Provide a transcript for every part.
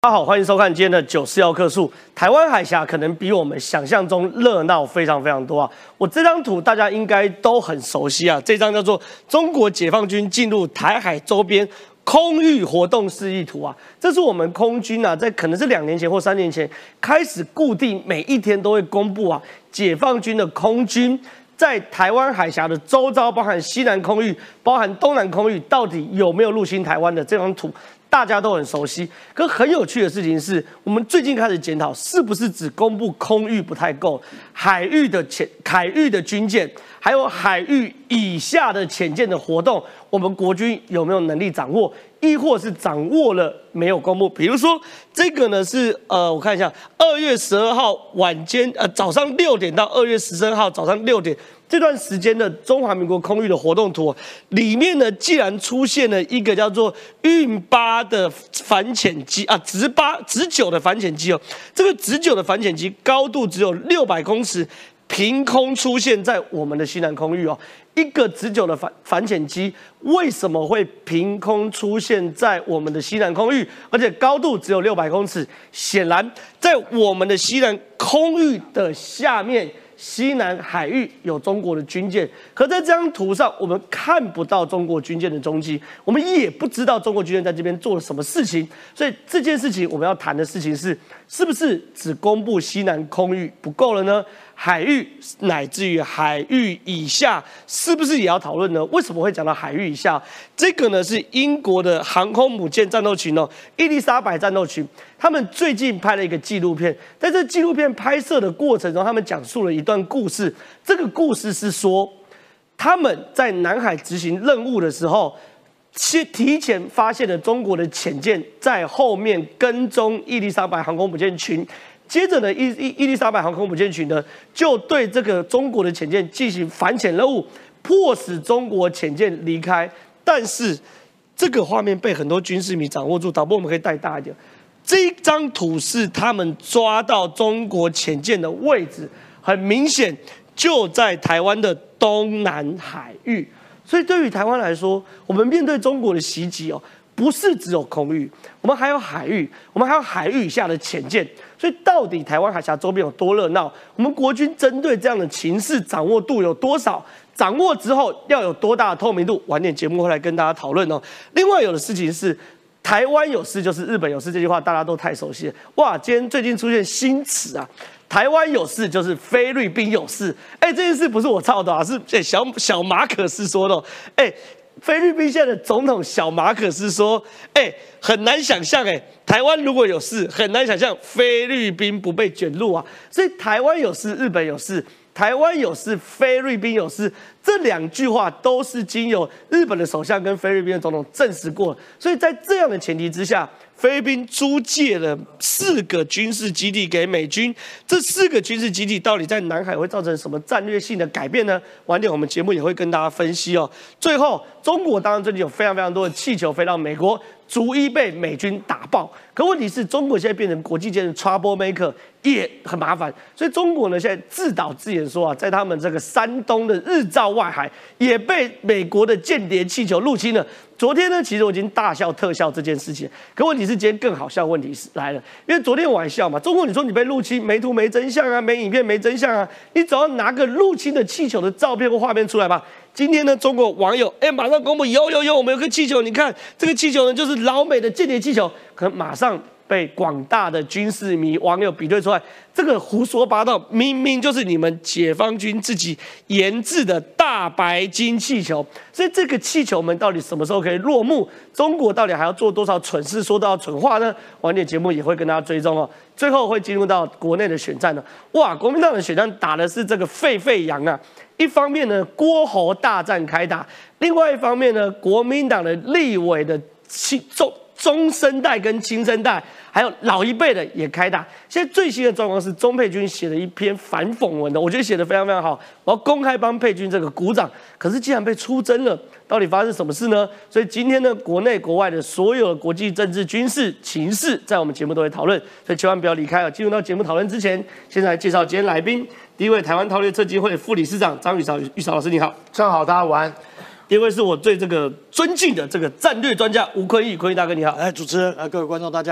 大家好，欢迎收看今天的94要客诉。台湾海峡可能比我们想象中热闹非常多啊！我这张图大家应该都很熟悉啊，这张叫做中国解放军进入台海周边空域活动示意图啊。这是我们空军啊，在可能是2年前或3年前开始固定每一天都会公布啊，解放军的空军在台湾海峡的周遭，包含西南空域、包含东南空域，到底有没有入侵台湾的这张图。大家都很熟悉，可很有趣的事情是，我们最近开始检讨，是不是只公布空域不太够，海域的军舰，还有海域以下的潜舰的活动，我们国军有没有能力掌握，亦或是掌握了没有公布？比如说这个呢是我看一下，2月12号晚间早上6点到2月13号早上6点。这段时间的中华民国空域的活动图里面呢，既然出现了一个叫做运8的反潜机啊，直9的反潜机哦，这个直9的反潜机高度只有600公尺，凭空出现在我们的西南空域哦。一个直9的反潜机为什么会凭空出现在我们的西南空域，而且高度只有600公尺？显然，在我们的西南空域的下面。西南海域有中国的军舰，可在这张图上我们看不到中国军舰的踪迹，我们也不知道中国军舰在这边做了什么事情。所以这件事情我们要谈的事情是不是只公布西南空域不够了呢？海域乃至于海域以下，是不是也要讨论呢？为什么会讲到海域以下？这个呢是英国的航空母舰战斗群哦，伊丽莎白战斗群，他们最近拍了一个纪录片，在这纪录片拍摄的过程中，他们讲述了一段故事。这个故事是说，他们在南海执行任务的时候，提前发现了中国的潜舰在后面跟踪伊丽莎白航空母舰群。接着呢，伊丽莎白航空母舰群呢，就对这个中国的潜舰进行反潜任务，迫使中国潜舰离开。但是这个画面被很多军事迷掌握住，导播我们可以带大一点。这一张图是他们抓到中国潜舰的位置，很明显就在台湾的东南海域。所以对于台湾来说，我们面对中国的袭击哦，不是只有空域，我们还有海域，我们还有海域以下的潜舰。所以到底台湾海峡周边有多热闹？我们国军针对这样的情势掌握度有多少？掌握之后要有多大的透明度？晚点节目会来跟大家讨论哦。另外有的事情是，台湾有事就是日本有事，这句话大家都太熟悉了。哇，最近出现新词啊！台湾有事就是菲律宾有事。这件事不是我造的啊，是小马可斯说的。菲律宾现在的总统小马可斯说：“很难想象，台湾如果有事，很难想象菲律宾不被卷入啊。所以台湾有事，日本有事；台湾有事，菲律宾有事。这2句话都是经由日本的首相跟菲律宾的总统证实过。所以在这样的前提之下，菲律宾租借了4个军事基地给美军。这4个军事基地到底在南海会造成什么战略性的改变呢？晚点我们节目也会跟大家分析哦。最后，中国当然最近有非常多的气球飞到美国，逐一被美军打爆。可问题是，中国现在变成国际间的 trouble maker， 也很麻烦。所以中国呢，现在自导自演说啊，在他们这个山东的日照外海也被美国的间谍气球入侵了。昨天呢，其实我已经大笑特笑这件事情，可问题是今天更好笑的问题是来了，因为昨天我还笑嘛，中国你说你被入侵，没图没真相啊，没影片没真相啊，你只要拿个入侵的气球的照片或画面出来吧。今天呢，中国网友马上公布有，我们有个气球，你看这个气球呢就是老美的间谍气球，可能马上被广大的军事迷网友比对出来，这个胡说八道，明明就是你们解放军自己研制的大白鲸气球。所以这个气球们到底什么时候可以落幕？中国到底还要做多少蠢事，说多少蠢话呢？晚点节目也会跟大家追踪哦。最后会进入到国内的选战了。哇，国民党的选战打的是这个沸沸扬啊！一方面呢，郭侯大战开打；另外一方面呢，国民党的立委的中生代跟青生代，还有老一辈的也开打。现在最新的状况是，钟佩君写了一篇反讽文的，我觉得写得非常好，我要公开帮佩君这个鼓掌。可是竟然被出征了，到底发生什么事呢？所以今天呢，国内国外的所有的国际政治、军事情势，在我们节目都会讨论，所以千万不要离开哦。进入到节目讨论之前，先来介绍今天来宾。第一位，台湾韬略策基会副理事长张宇韶老师，你好。 正好，大家晚安。 第二位是我最这个尊敬的这个战略专家吴坤义，坤义大哥你好。 主持人，各位观众大家好。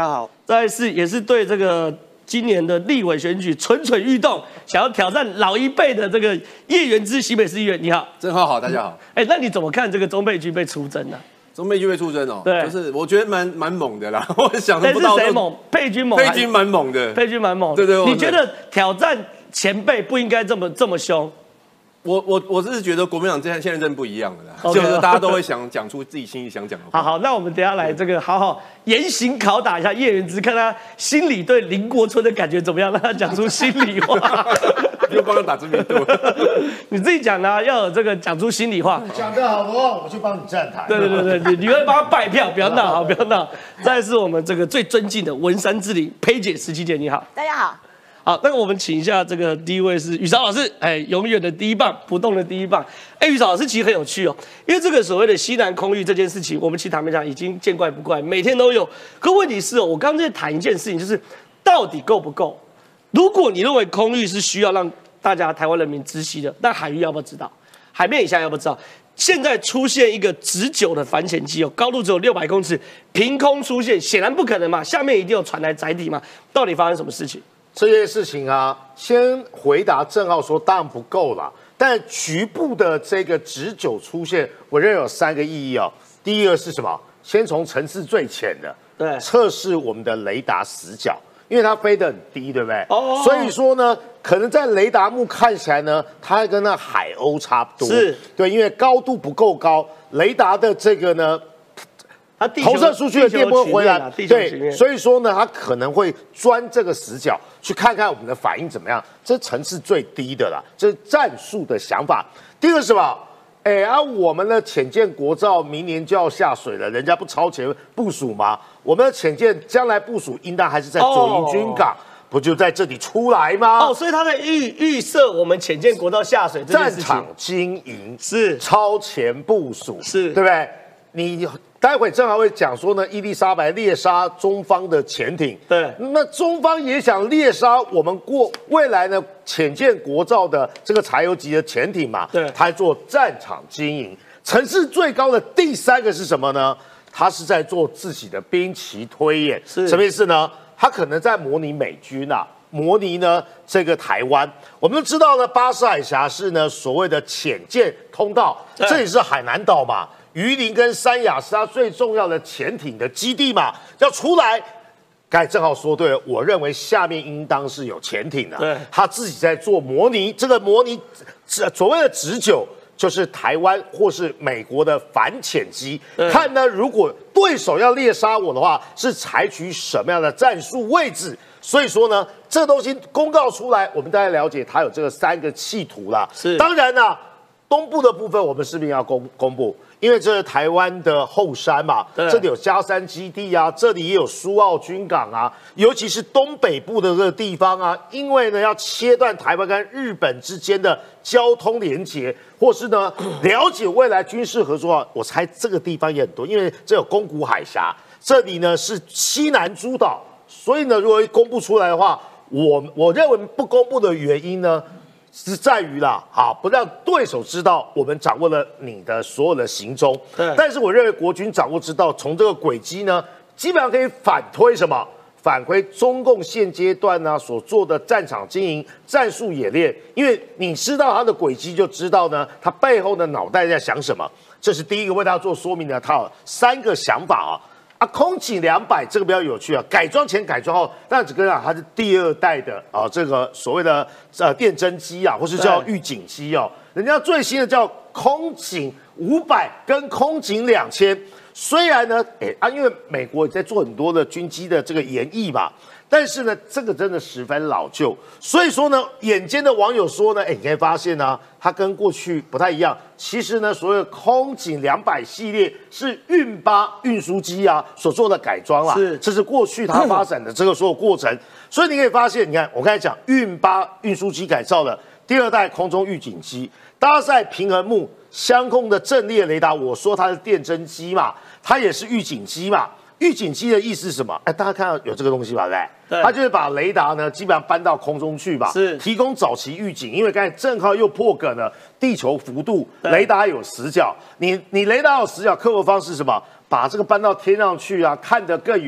再来是也是对这个今年的立委选举蠢蠢欲动，想要挑战老一辈的这个叶元之新北市议员，你好， 正浩好，大家好。 那你怎么看这个钟佩君被出征呢？ 钟佩君被出征哦， 对， 就是我觉得蛮猛的啦，我想不到。 是谁猛？佩君猛？ 佩君蛮猛的， 佩君蛮猛。 对， 你觉得挑战前辈不应该这么凶？ 我是觉得国民党现在真不一样了啦，就是大家都会想讲出自己心里想讲的话。 好，那我们等一下来这个好好严刑拷打一下叶元之，看他心里对林国春的感觉怎么样，让他讲出心里话。 又帮他打知名度， 你自己讲的，要有这个讲出心里话。 讲得好不好？我去帮你站台。 对，你会帮他拜票，不要闹，好，不要闹。再来是我们这个最尊敬的文山之林裴姐17姐，你好， 大家好。 好，那个我们请一下，这个第一位是宇韶老师，永远的第一棒，不动的第一棒。宇韶老师其实很有趣哦，因为这个所谓的西南空域这件事情，我们其实坦白讲已经见怪不怪，每天都有。可问题是哦，我刚刚在谈一件事情，就是到底够不够？如果你认为空域是需要让大家台湾人民知悉的，那海域要不要知道？海面以下要不要知道？现在出现一个直9的反潜机哦，高度只有600公尺，凭空出现，显然不可能嘛，下面一定有船来载体嘛，到底发生什么事情？ 这件事情啊，先回答正浩说，当然不够啦。但局部的这个直9出现，我认为有3个意义哦。第一个是什么？先从层次最浅的， 对， 测试我们的雷达死角，因为它飞得很低，对不对？哦。所以说呢，可能在雷达幕看起来呢，它跟那海鸥差不多。 是。 对，因为高度不够高，雷达的这个呢。它投射出去的电波回来，对，所以说呢，它可能会钻这个死角，去看看我们的反应怎么样。这层次最低的啦，这是战术的想法。第二个是什么？我们的潜舰国造明年就要下水了，人家不超前部署吗？我们的潜舰将来部署应当还是在左营军港。不就在这里出来吗？ 所以他在预设我们潜舰国造下水这件事情， 战场经营是超前部署， 是对不对？你待会正好会讲说呢，伊丽莎白猎杀中方的潜艇， 对， 那中方也想猎杀我们未来呢潜舰国造的这个柴油级的潜艇嘛， 对， 他做战场经营。层次最高的第3个是什么呢？他是在做自己的兵棋推演，是什么意思呢？他可能在模拟美军啊，模拟呢这个台湾。我们都知道呢，巴士海峡是呢所谓的潜舰通道，这里是海南岛嘛。榆林跟三亚是它最重要的潜艇的基地嘛，要出来。刚才正好说对了，我认为下面应当是有潜艇的， 对， 他自己在做模拟，这个模拟所谓的直9就是台湾或是美国的反潜机，看呢如果对手要猎杀我的话，是采取什么样的战术位置。所以说呢，这东西公告出来，我们大家了解它有这个3个企图啦。 是， 当然啦，东部的部分我们是不是要公布？因为这是台湾的后山嘛，这里有嘉山基地啊，这里也有苏澳军港啊，尤其是东北部的这个地方啊，因为呢要切断台湾跟日本之间的交通连结，或是呢了解未来军事合作啊，我猜这个地方也很多，因为这有宫古海峡，这里呢是西南诸岛，所以呢如果公布出来的话，我认为不公布的原因呢。是在于啦，不让对手知道我们掌握了你的所有的行踪。但是我认为国军掌握知道，从这个轨迹呢，基本上可以反推什么？反推中共现阶段呢所做的战场经营、战术演练，因为你知道它的轨迹，就知道呢它背后的脑袋在想什么。这是第一个为大家做说明的，它有3个想法空警200这个比较有趣啊，改装前改装后，但只跟它是第2代的这个所谓的电侦机啊，或是叫预警机哦。人家最新的叫空警500跟空警2000，虽然呢，因为美国也在做很多的军机的这个研议嘛。但是呢，这个真的十分老旧，所以说呢，眼尖的网友说呢，你可以发现呢，它跟过去不太一样。其实呢，所谓的空警200系列是运8运输机啊所做的改装啦，这是过去它发展的这个所有过程。所以你可以发现，你看我刚才讲运8运输机改造的第2代空中预警机，搭载平衡木、相控的阵列雷达，我说它是电侦机嘛，它也是预警机嘛。预警机的意思是什么？大家看到有这个东西吧，对不对？它就是把雷达呢，基本上搬到空中去吧，提供早期预警。因为刚才正好又破梗了，地球幅度，雷达有死角，你雷达有死角，克服方式是什么？把这个搬到天上去啊，看得更远，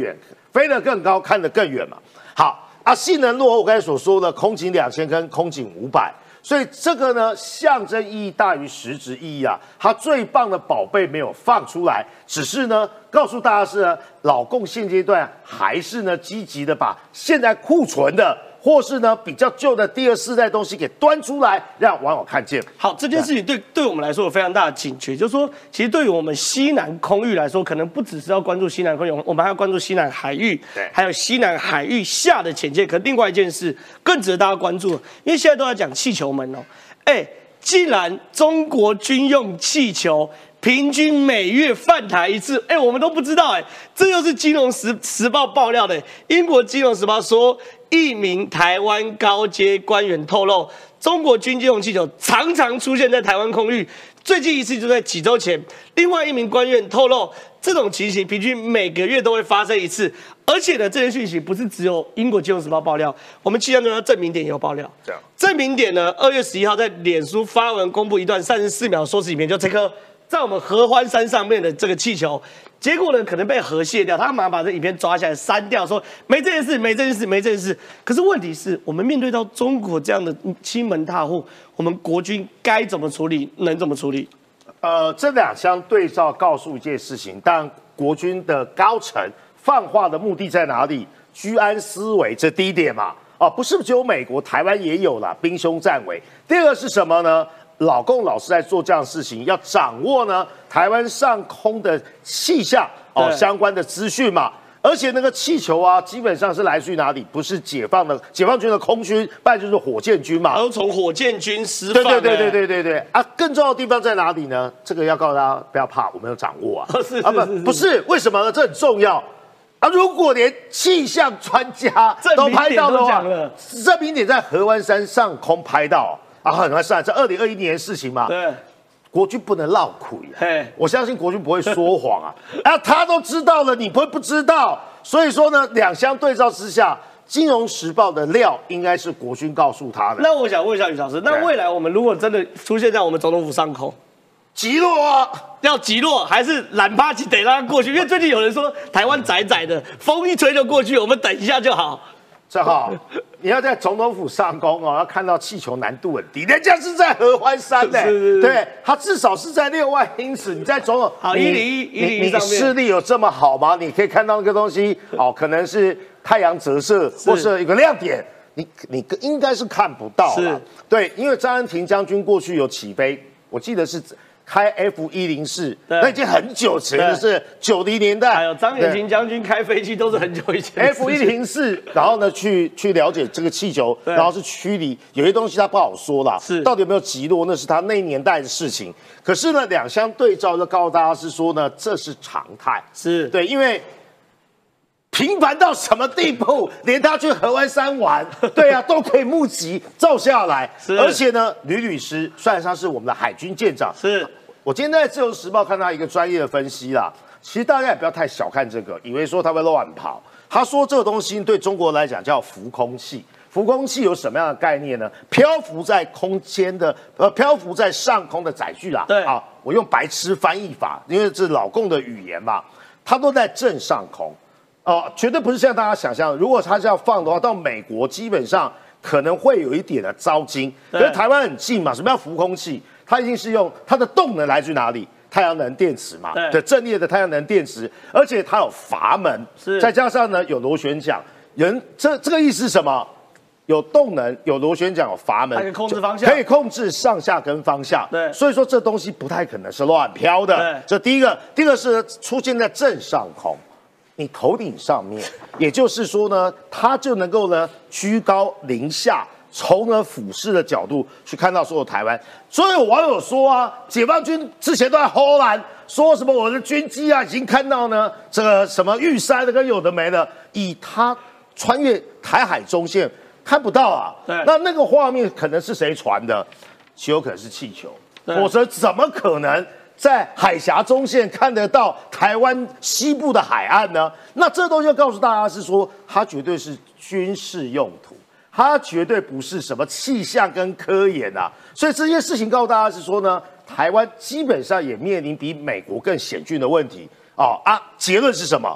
飞得更高，看得更远嘛。好啊，性能落后，我刚才所说的空警2000跟空警500。所以这个呢，象征意义大于实质意义啊。它最棒的宝贝没有放出来，只是呢，告诉大家是呢，老共现阶段还是呢积极的把现在库存的，或是呢比较旧的第2世代东西给端出来，让网友看见。 好，这件事情对我们来说有非常大的警觉，就是说，其实对于我们西南空域来说，可能不只是要关注西南空域，我们还要关注西南海域，还有西南海域下的潜舰。可另外一件事更值得大家关注，因为现在都在讲气球门哦，既然中国军用气球平均每月犯台一次，我们都不知道，这又是《金融时报》爆料的。英国《金融时报》说，一名台湾高阶官员透露，中国军用气球常常出现在台湾空域，最近一次就在几周前。另外一名官员透露，这种情形平均每个月都会发生一次，而且呢，这些讯息不是只有英国《金融时报》爆料，我们气象中央郑明典也有爆料。郑明典呢，2月11号在脸书发文公布一段34秒缩时影片，就这颗在我们合欢山上面的这个气球，结果呢可能被核卸掉，他马上把这影片抓起来删掉，说没这件事，没这件事，没这件事。可是问题是我们面对到中国这样的欺门踏户，我们国军该怎么处理，能怎么处理？ 这两相对照，告诉一件事情，但国军的高层放话的目的在哪里？居安思危，这第一点嘛。不是只有美国，台湾也有了兵凶战危。第二个是什么呢？老共老是在做这样的事情，要掌握呢台湾上空的气象相关的资讯嘛。而且那个气球啊，基本上是来自于哪里？不是解放军的空军，不然就是火箭军嘛。 都从火箭军释放。 对啊！更重要的地方在哪里呢？这个要告诉大家不要怕，我们有掌握啊。不是，为什么呢？这很重要啊！如果连气象专家都拍到的话，郑明典在合欢山上空拍到很难算，这2021年的事情嘛。 对。 国军不能闹亏我相信国军不会说谎他都知道了，你不会不知道。所以说呢，两相对照之下，《金融时报》的料应该是国军告诉他的。 那我想问一下于老师，那未来我们如果真的出现在我们总统府上空， 击落啊， 要击落还是懒趴起得让它过去？因为最近有人说台湾窄窄的，风一吹就过去，我们等一下就好。 正好，你要在总统府上空要看到气球难度很低，人家是在合欢山对，它至少是在6万英尺。你在总统好101上面， 你视力有这么好吗？你可以看到那个东西可能是太阳折射，或是一个亮点，你应该是看不到了。对，因为张安庭将军过去有起飞，我记得是开 F104，那已经很久前的是90年代。 还有张远勤将军开飞机都是很久以前。 F104，然后呢去了解这个气球，然后是驱离，有些东西他不好说啦，到底有没有击落，那是他那年代的事情。可是呢，两相对照就告诉大家是说呢，这是常态，对，因为频繁到什么地步，连他去合欢山玩，都可以目击照下来。而且呢，吕律师虽然他是我们的海军舰长，我今天在《自由时报》看到一个专业的分析啦，其实大家也不要太小看这个，以为说他会乱跑。他说这个东西对中国来讲叫浮空器。浮空器有什么样的概念呢？漂浮在空间的漂浮在上空的载具啦。我用白痴翻译法，因为这是老共的语言嘛，它都在正上空。绝对不是像大家想象的，如果它是要放的话，到美国基本上可能会有一点的糟心。可是台湾很近嘛，什么叫浮空器？它一定是用它的动能来自于哪里？太阳能电池嘛，对，阵列的太阳能电池，而且它有阀门，再加上呢有螺旋桨，这个意思是什么？有动能，有螺旋桨，有阀门， 可以控制方向， 可以控制上下跟方向。所以说这东西不太可能是乱飘的。这第一个，第二个是出现在正上空。你头顶上面，也就是说呢，它就能够呢居高临下，从呢俯视的角度去看到所有台湾。所以有网友说解放军之前都在呼兰，说什么我的军机已经看到呢这个什么玉山的跟有的没的，以它穿越台海中线看不到那个画面可能是谁传的？极有可能是气球，否则怎么可能在海峡中线看得到台湾西部的海岸呢？那这东西就告诉大家是说，它绝对是军事用途，它绝对不是什么气象跟科研所以这件事情告诉大家是说呢，台湾基本上也面临比美国更险峻的问题结论是什么？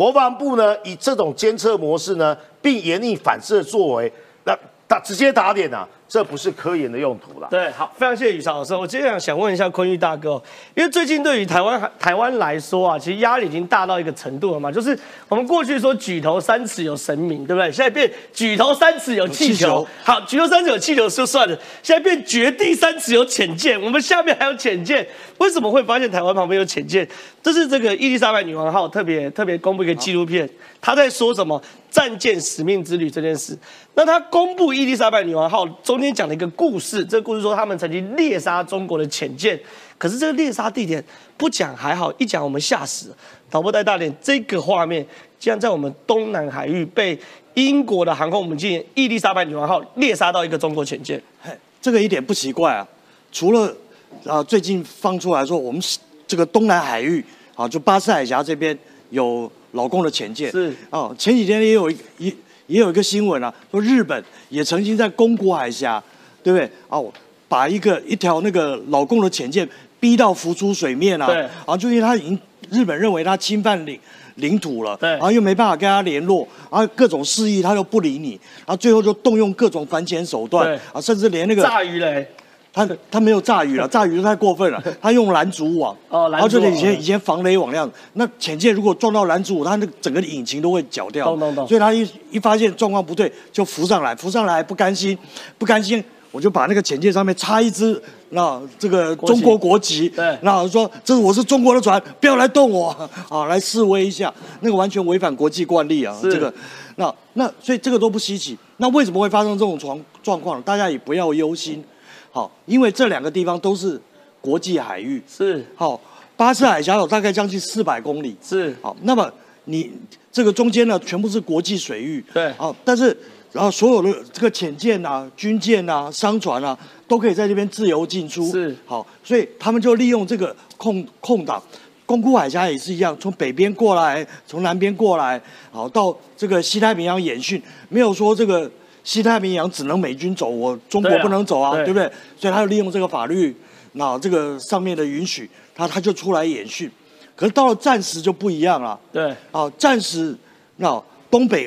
国防部呢以这种监测模式呢，并严厉反射作为，那直接打脸啊，这不是科研的用途啦。 对，好，非常谢谢宇超老师。我接下来想问一下坤玉大哥，因为最近对于台湾来说啊，其实压力已经大到一个程度了嘛，就是我们过去说举头三尺有神明，对不对？现在变举头三尺有气球。好，举头三尺有气球就算了，现在变绝地三尺有潜舰，我们下面还有潜舰。为什么会发现台湾旁边有潜舰？这是这个伊丽莎白女王号特别公布一个纪录片，他在说什么战舰使命之旅这件事。那他公布伊丽莎白女王号中间讲了一个故事，这个故事说他们曾经猎杀中国的潜舰，可是这个猎杀地点不讲还好，一讲我们吓死了。导播带大点，这个画面竟然在我们东南海域被英国的航空母舰伊丽莎白女王号猎杀到一个中国潜舰。 这个一点不奇怪啊，除了最近放出来说我们这个东南海域就巴士海峡这边有老共的潜舰是前几天也有一个新闻啊，说日本也曾经在宫古海峡，对不对把一条那个老共的潜舰逼到浮出水面啊， 对就因为日本认为他侵犯领土了， 对， 然后又没办法跟他联络，然后各种示意他又不理你，然后最后就动用各种反潜手段甚至连那个炸鱼雷。 他没有炸鱼了，炸鱼就太过分了。他用拦阻网，然后就是以前防雷网那样。那潜舰如果撞到拦阻网，它那个整个引擎都会绞掉。所以他一发现状况不对，就浮上来还不甘心，我就把那个潜舰上面插一支这个中国国旗， 对， 我说我是中国的船，不要来动我来示威一下，那个完全违反国际惯例啊，这个。那所以这个都不稀奇。那为什么会发生这种状况？大家也不要忧心。因为这两个地方都是国际海域， 是巴士海峡有大概将近400公里， 是那么你这个中间呢，全部是国际水域， 对， 但是然后所有的这个潜舰啊、军舰啊、商船啊，都可以在这边自由进出， 是所以他们就利用这个空档，宫古海峡也是一样，从北边过来，从南边过来，到这个西太平洋演训，没有说这个。西太平洋只能美军走，我中国不能走啊，对不对？所以他就利用这个法律，这个上面的允许，他就出来演训。可是到了战时就不一样了， 对， 战时东北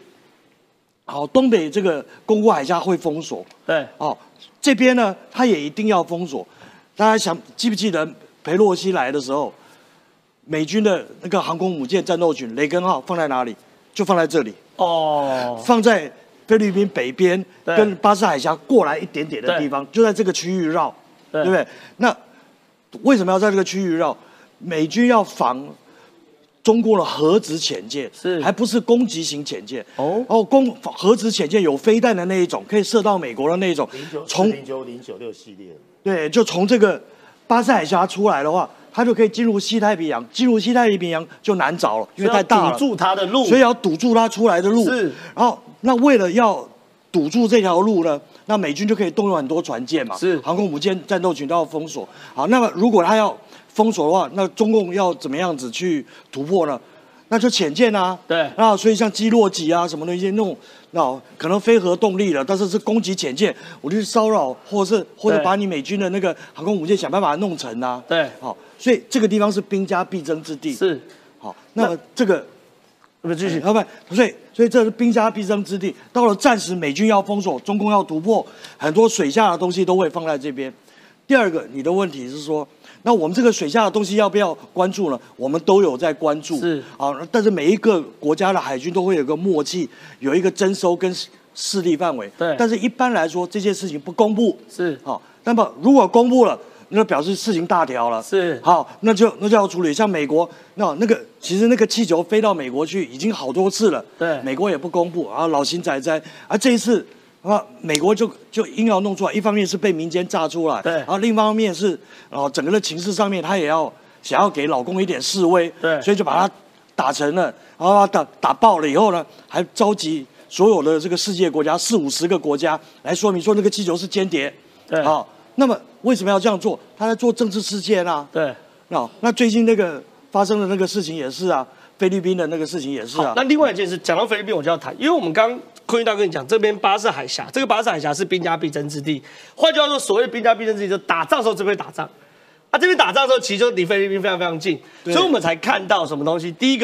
这个宫古海峡会封锁， 对， 这边呢他也一定要封锁。大家记不记得裴洛西来的时候，美军的那个航空母舰战斗群雷根号放在哪里？就放在这里，放在菲律宾北边跟巴士海峡过来一点点的地方，就在这个区域绕，对不对？那为什么要在这个区域绕？美军要防中国的核子潜舰，还不是攻击型潜舰。核子潜舰有飞弹的那一种，可以射到美国的那一种。 从09096系列， 对，就从这个巴士海峡出来的话，它就可以进入西太平洋。进入西太平洋就难找了，因为太大了， 堵住它的路， 所以要堵住它出来的路。 是， 然后那为了要堵住这条路呢，那美军就可以动用很多船舰嘛， 是航空母舰战斗群都要封锁。好，那么如果他要封锁的话，那中共要怎么样子去突破呢？那就潜舰啊， 对， 所以像基洛级啊什么的一些那种，可能非核动力的，但是是攻击潜舰，我就去骚扰，或者把你美军的那个航空母舰想办法弄沉啊， 对， 所以这个地方是兵家必争之地， 是， 那么这个。 继续， 所以这是兵家必争之地。到了战时，美军要封锁，中共要突破，很多水下的东西都会放在这边。第二个，你的问题是说，那我们这个水下的东西要不要关注呢？我们都有在关注， 是但是每一个国家的海军都会有个默契，有一个征收跟势力范围。 对， 但是一般来说，这件事情不公布， 是那么如果公布了，那表示事情大条了， 是那就要处理。像美国，其实那个气球飞到美国去已经好多次了， 对， 美国也不公布，老心仔仔，这一次，美国就硬要弄出来，一方面是被民间炸出来， 对， 然后另一方面是，整个的情势上面他也要想要给老公一点示威， 对， 所以就把它打成了，然后打爆了以后呢，还召集所有的这个世界国家40-50个国家来说明说那个气球是间谍， 对， 那么为什么要这样做？他在做政治事件啊。 对， 那最近那个发生的那个事情也是啊，菲律宾的那个事情也是啊。 那另外一件事，讲到菲律宾我就要谈，因为我们刚坤玉大跟你讲，这边巴士海峡，这个巴士海峡是兵家必争之地。换句话说，所谓的兵家必争之地，就打仗的时候这边打仗。这边打仗的时候，其实就离菲律宾非常非常近，所以我们才看到什么东西。第一个，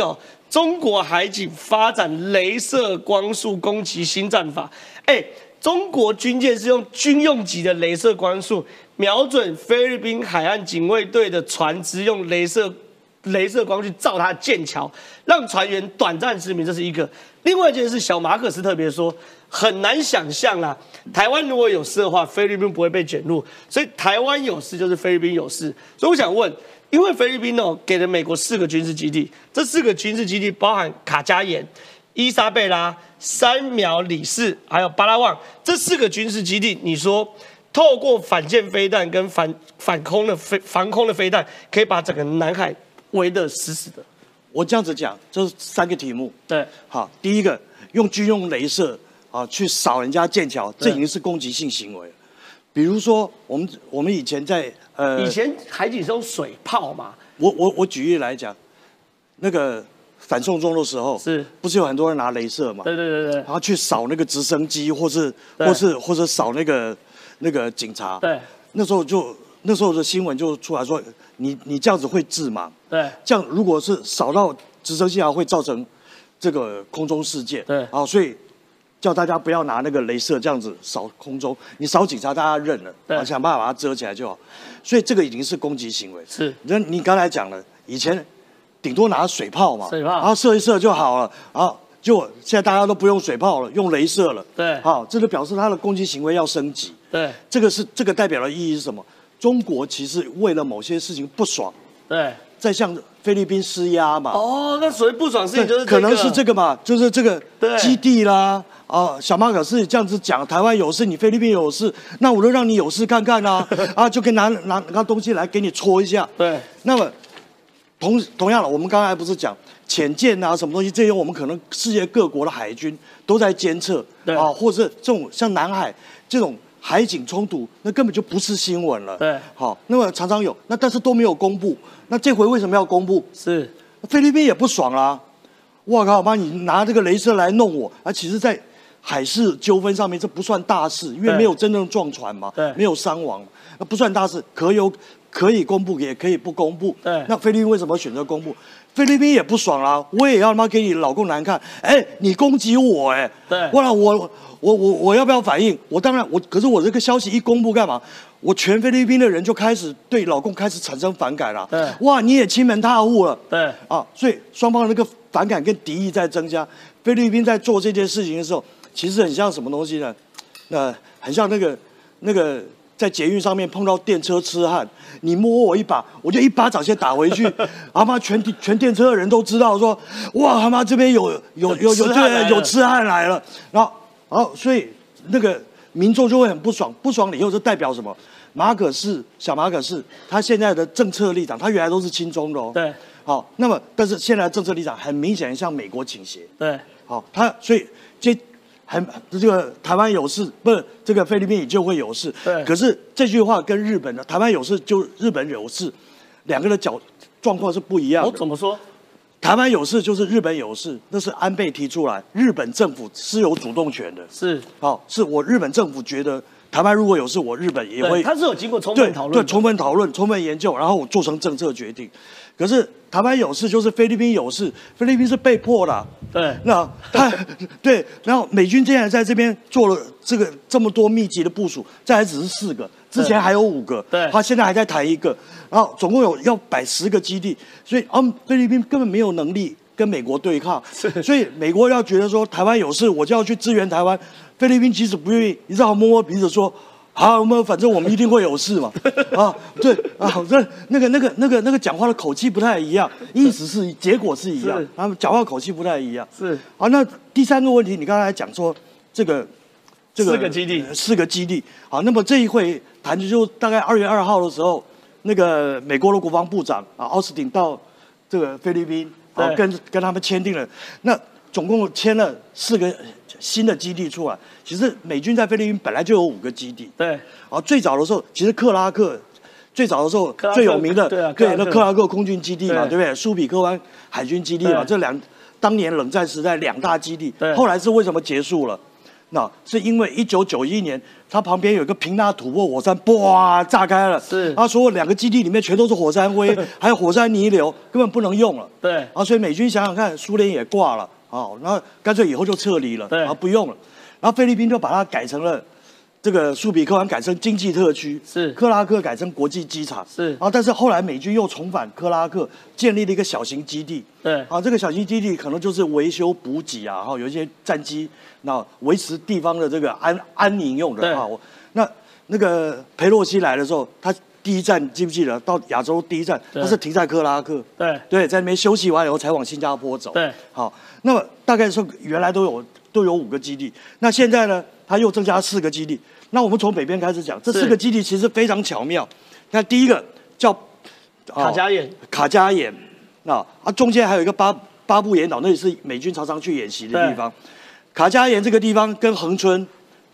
中国海警发展雷射光束攻击新战法。中国军舰是用军用级的雷射光束瞄准菲律宾海岸警卫队的船只，用雷射光去照它的舰桥，让船员短暂失明，这是一个。另外一件事，小马可斯特别说，很难想象啦，台湾如果有事的话，菲律宾不会被卷入，所以台湾有事就是菲律宾有事。所以我想问，因为菲律宾给了美国4个军事基地，这4个军事基地包含卡加延、伊莎贝拉、三苗里士还有巴拉望这4个军事基地，你说透过反舰飞弹跟防空的飞弹，可以把整个南海围得死死的。 我这样子讲，这是3个题目。 对， 好，第一个用军用雷射去扫人家舰桥，这已经是攻击性行为了。比如说，我们以前在以前海警是用水炮嘛？ 我举例来讲，那个反送中的时候，不是有很多人拿雷射嘛？ 对， 然后去扫那个直升机，或者扫那个警察。 对， 那时候的新闻就出来说，你这样子会致盲。 对， 这样如果是扫到直升机会造成这个空中事件。 对， 所以叫大家不要拿那个雷射这样子扫空中，你扫警察大家认了，想办法把它遮起来就好。所以这个已经是攻击行为。 是， 你刚才讲了，以前顶多拿水炮嘛， 然后射一射就好了，然后就现在大家都不用水炮了，用雷射了。 对， 这就表示它的攻击行为要升级。 对， 这个代表的意义是什么？中国其实为了某些事情不爽， 对， 在向菲律宾施压嘛。 那所谓不爽事情就是可能是这个嘛，就是这个基地啦。小马可是这样子讲，台湾有事，你菲律宾有事，那我就让你有事看看啊，就跟拿东西来给你戳一下。 对， 那么同样的，我们刚才不是讲潜舰啊什么东西，这些我们可能世界各国的海军都在监测，或者这种像南海这种海警冲突，那根本就不是新闻了。 对， 好，那么常常有，但是都没有公布。那这回为什么要公布？ 是菲律宾也不爽啦，我靠，妈，你拿这个雷射来弄我，其实在海事纠纷上面这不算大事，因为没有真正撞船嘛，没有伤亡，那不算大事，可以公布，也可以不公布。 对， 那菲律宾为什么选择公布？菲律宾也不爽啦，我也要他妈给你老公难看，你攻击我， 对， 我要不要反应？可是我这个消息一公布干嘛？我全菲律宾的人就开始对老公开始产生反感了。 对， 哇，你也亲门踏户了。 对， 所以双方的那个反感跟敌意在增加。菲律宾在做这件事情的时候，其实很像什么东西呢？很像那个在捷运上面碰到电车痴汉，你摸我一把，我就一巴掌先打回去，他妈全电车的人都知道说，哇他妈这边有痴汉来了，然后所以那个民众就会很不爽，不爽了以后就代表什么？小马可是他现在的政策立场，他原来都是亲中的哦。 对， 好，那么但是现在的政策立场很明显向美国倾斜。 对， 好，所以这个台湾有事，不是这个菲律宾也就会有事。 对， 可是这句话跟日本的台湾有事就日本有事，两个的状况是不一样的。 怎么说？ 台湾有事就是日本有事，那是安倍提出来，日本政府是有主动权的。 是， 是我日本政府觉得台湾如果有事，我日本也会。 他是有经过充分讨论， 对，充分讨论、充分研究，然后我做成政策决定。可是台湾有事就是菲律宾有事，菲律宾是被迫的。 对， 那对，然后美军竟然在这边做了这么多密集的部署，这还只是4个，之前还有5个， 对， 他现在还在谈1个，然后总共要摆10个基地，所以菲律宾根本没有能力跟美国对抗，所以美国要觉得说台湾有事，我就要去支援台湾，菲律宾即使不愿意，你只好摸摸鼻子说。好，反正我们一定会有事嘛。对那个讲话的口气不太一样，意思是结果是一样，他们讲话口气不太一样。 是。 好，那第3个问题，你刚才讲说这个 4个基地 ，4个基地。好，那么这一会谈的就大概2月2号的时候，那个美国的国防部长奥斯汀到这个菲律宾，跟他们签订了，那总共签了4个新的基地出来。其实美军在菲律宾本来就有5个基地。 对。 最早的时候，其实克拉克最早的时候最有名的，对，那克拉克空军基地嘛，对不对？苏比克湾海军基地嘛，当年冷战时代2大基地。后来是为什么结束了？ 那是因为1991年，它旁边有一个平纳土沃火山，哇，炸开了， 是， 然后所有2个基地里面全都是火山灰，还有火山泥流，根本不能用了。 对， 然后所以美军想想看，苏联也挂了，然后干脆以后就撤离了，然后不用了，然后菲律宾就把它改成了。这个苏比克湾改成经济特区， 是克拉克改成国际机场， 是。 然后但是后来美军又重返克拉克，建立了一个小型基地， 对。 这个小型基地可能就是维修补给啊，然后有一些战机，那维持地方的这个安宁用的啊。那个裴洛西来的时候，他第一站记不记得？到亚洲第一站，他是停在克拉克，对，在那边休息完以后才往新加坡走， 对。 好，那么大概说原来都有5个基地，那现在呢，他又增加4个基地。那我们从北边开始讲，这4个基地其实非常巧妙。看第一个叫卡加延， 中间还有一个巴布延岛，那里是美军常常去演习的地方。卡加延这个地方跟恒春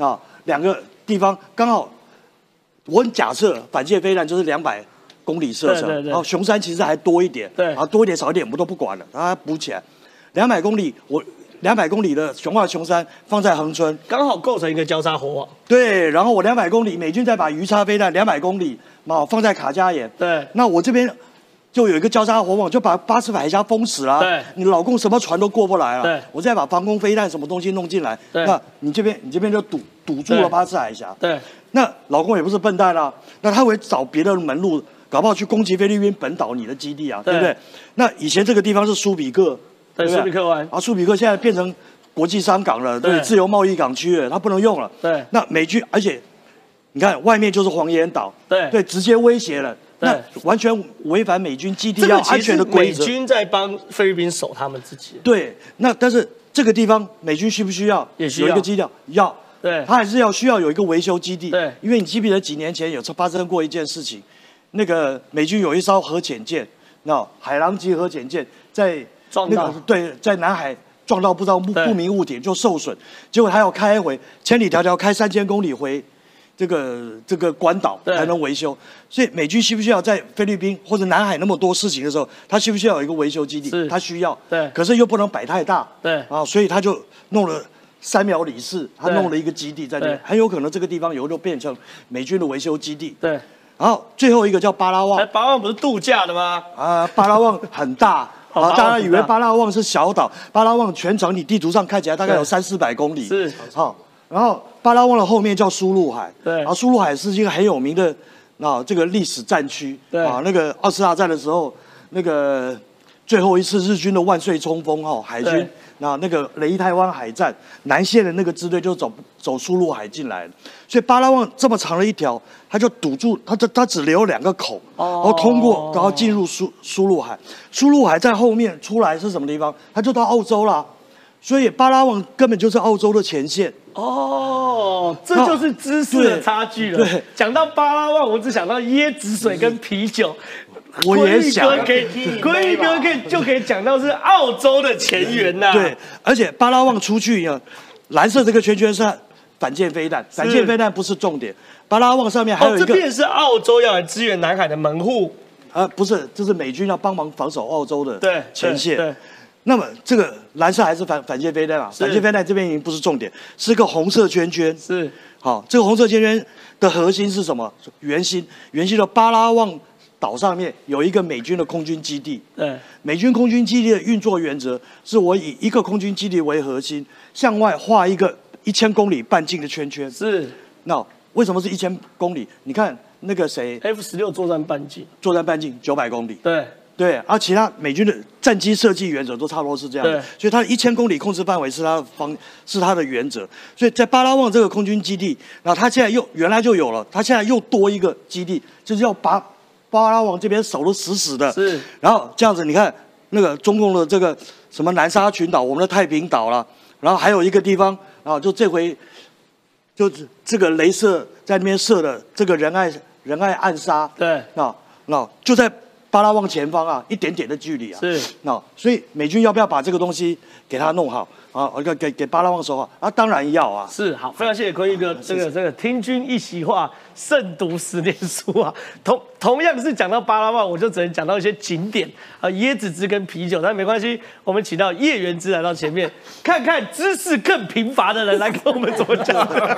2个地方刚好，我假设反舰飞弹就是200公里射程，然后雄山其实还多一点，多一点少一点我们都不管了，它补起来200公里200公里的雄山放在恒春， 刚好构成一个交叉火网。 对，然后我200公里，美军再把鱼叉飞弹200公里放在卡加延。 对， 那我这边就有一个交叉火网，就把巴士海峡封死了。 对， 你老共什么船都过不来了。 对， 我再把防空飞弹什么东西弄进来。 对， 那你这边就堵住了巴士海峡。 对， 那老共也不是笨蛋啦，那他会找别的门路，搞不好去攻击菲律宾本岛你的基地啊，对不对？那以前这个地方是苏比克。 对，苏比克湾。 苏比克现在变成国际商港了，对，自由贸易港区了，它不能用了。 对， 那美军，而且你看外面就是黄岩岛， 对， 直接威胁了，那完全违反美军基地要安全的规则。 美军在帮菲律宾守他们自己。 对，那但是这个地方美军需不需要？ 也需要有一个基地，要。 对， 他还是需要有一个维修基地。 对， 因为你记不记得几年前有发生过一件事情，那个美军有一艘核潜舰，海狼级核潜舰在。在南海撞到不知道不明物体就受损，结果他要开回千里迢迢开3000公里回这个关岛才能维修。所以美军需不需要在菲律宾或者南海那么多事情的时候，他需不需要有一个维修基地？他需要。 对。 可是又不能摆太大。 对。 所以他就弄了3秒里士，他弄了一个基地在这里，很有可能这个地方以后就变成美军的维修基地。 对。 然后最后一个叫巴拉望。 巴拉望不是度假的吗？ 巴拉望很大。大家以为巴拉望是小岛，巴拉望全长你地图上看起来大概有300-400公里。 是。 然后巴拉望的后面叫苏禄海。 对。 然后苏禄海是一个很有名的这个历史战区。 对。 那个2次大战的时候，那个最后一次日军的万岁冲锋海军，那个雷台湾海战南线的那个支队就走苏禄海进来了，所以巴拉望这么长的一条，它就堵住，它只留2个口，然后通过，然后进入苏禄海。苏禄海在后面出来是什么地方？它就到澳洲啦。所以巴拉望根本就是澳洲的前线。 这就是知识的差距了。对，讲到巴拉望，我只想到椰子水跟啤酒。 我也想， 鲑鱼哥就可以讲到是澳洲的前缘呐。 对，而且巴拉望出去蓝色这个圈圈是反舰飞弹，反舰飞弹不是重点。巴拉望上面还有一个， 这边是澳洲要来支援南海的门户。 不是，这是美军要帮忙防守澳洲的前线。 对。 那么这个蓝色还是反舰飞弹啊？反舰飞弹这边已经不是重点，是个红色圈圈。 是。 好，这个红色圈圈的核心是什么？圆心的巴拉望岛上面有一个美军的空军基地。 对， 美军空军基地的运作原则是我以一个空军基地为核心，向外画一个1000公里半径的圈圈。 是。 那为什么是1000公里？你看那个谁 ，F-16作战半径 900公里。 对。 对，而其他美军的战机设计原则都差不多是这样的，所以它的1000公里控制范围是它的原则。所以在巴拉望这个空军基地，然后它现在原来就有了，它现在又多一个基地，就是要把巴拉望这边守得死死的。 是。 然后这样子，你看那个中共的这个什么南沙群岛，我们的太平岛啦，然后还有一个地方啊，就这回就是这个雷射在那边射的这个仁爱暗沙。 对。 那就在巴拉望前方啊一点点的距离啊。 是， 那所以美军要不要把这个东西给他弄好啊？给巴拉望守好啊？当然要啊。 是，好，非常谢谢坤玉哥，这个听君一席话，胜读10年书啊。同样是讲到巴拉望，我就只能讲到一些景点啊，椰子汁跟啤酒，但没关系，我们请到叶元之来到前面，看看知识更贫乏的人来跟我们怎么讲。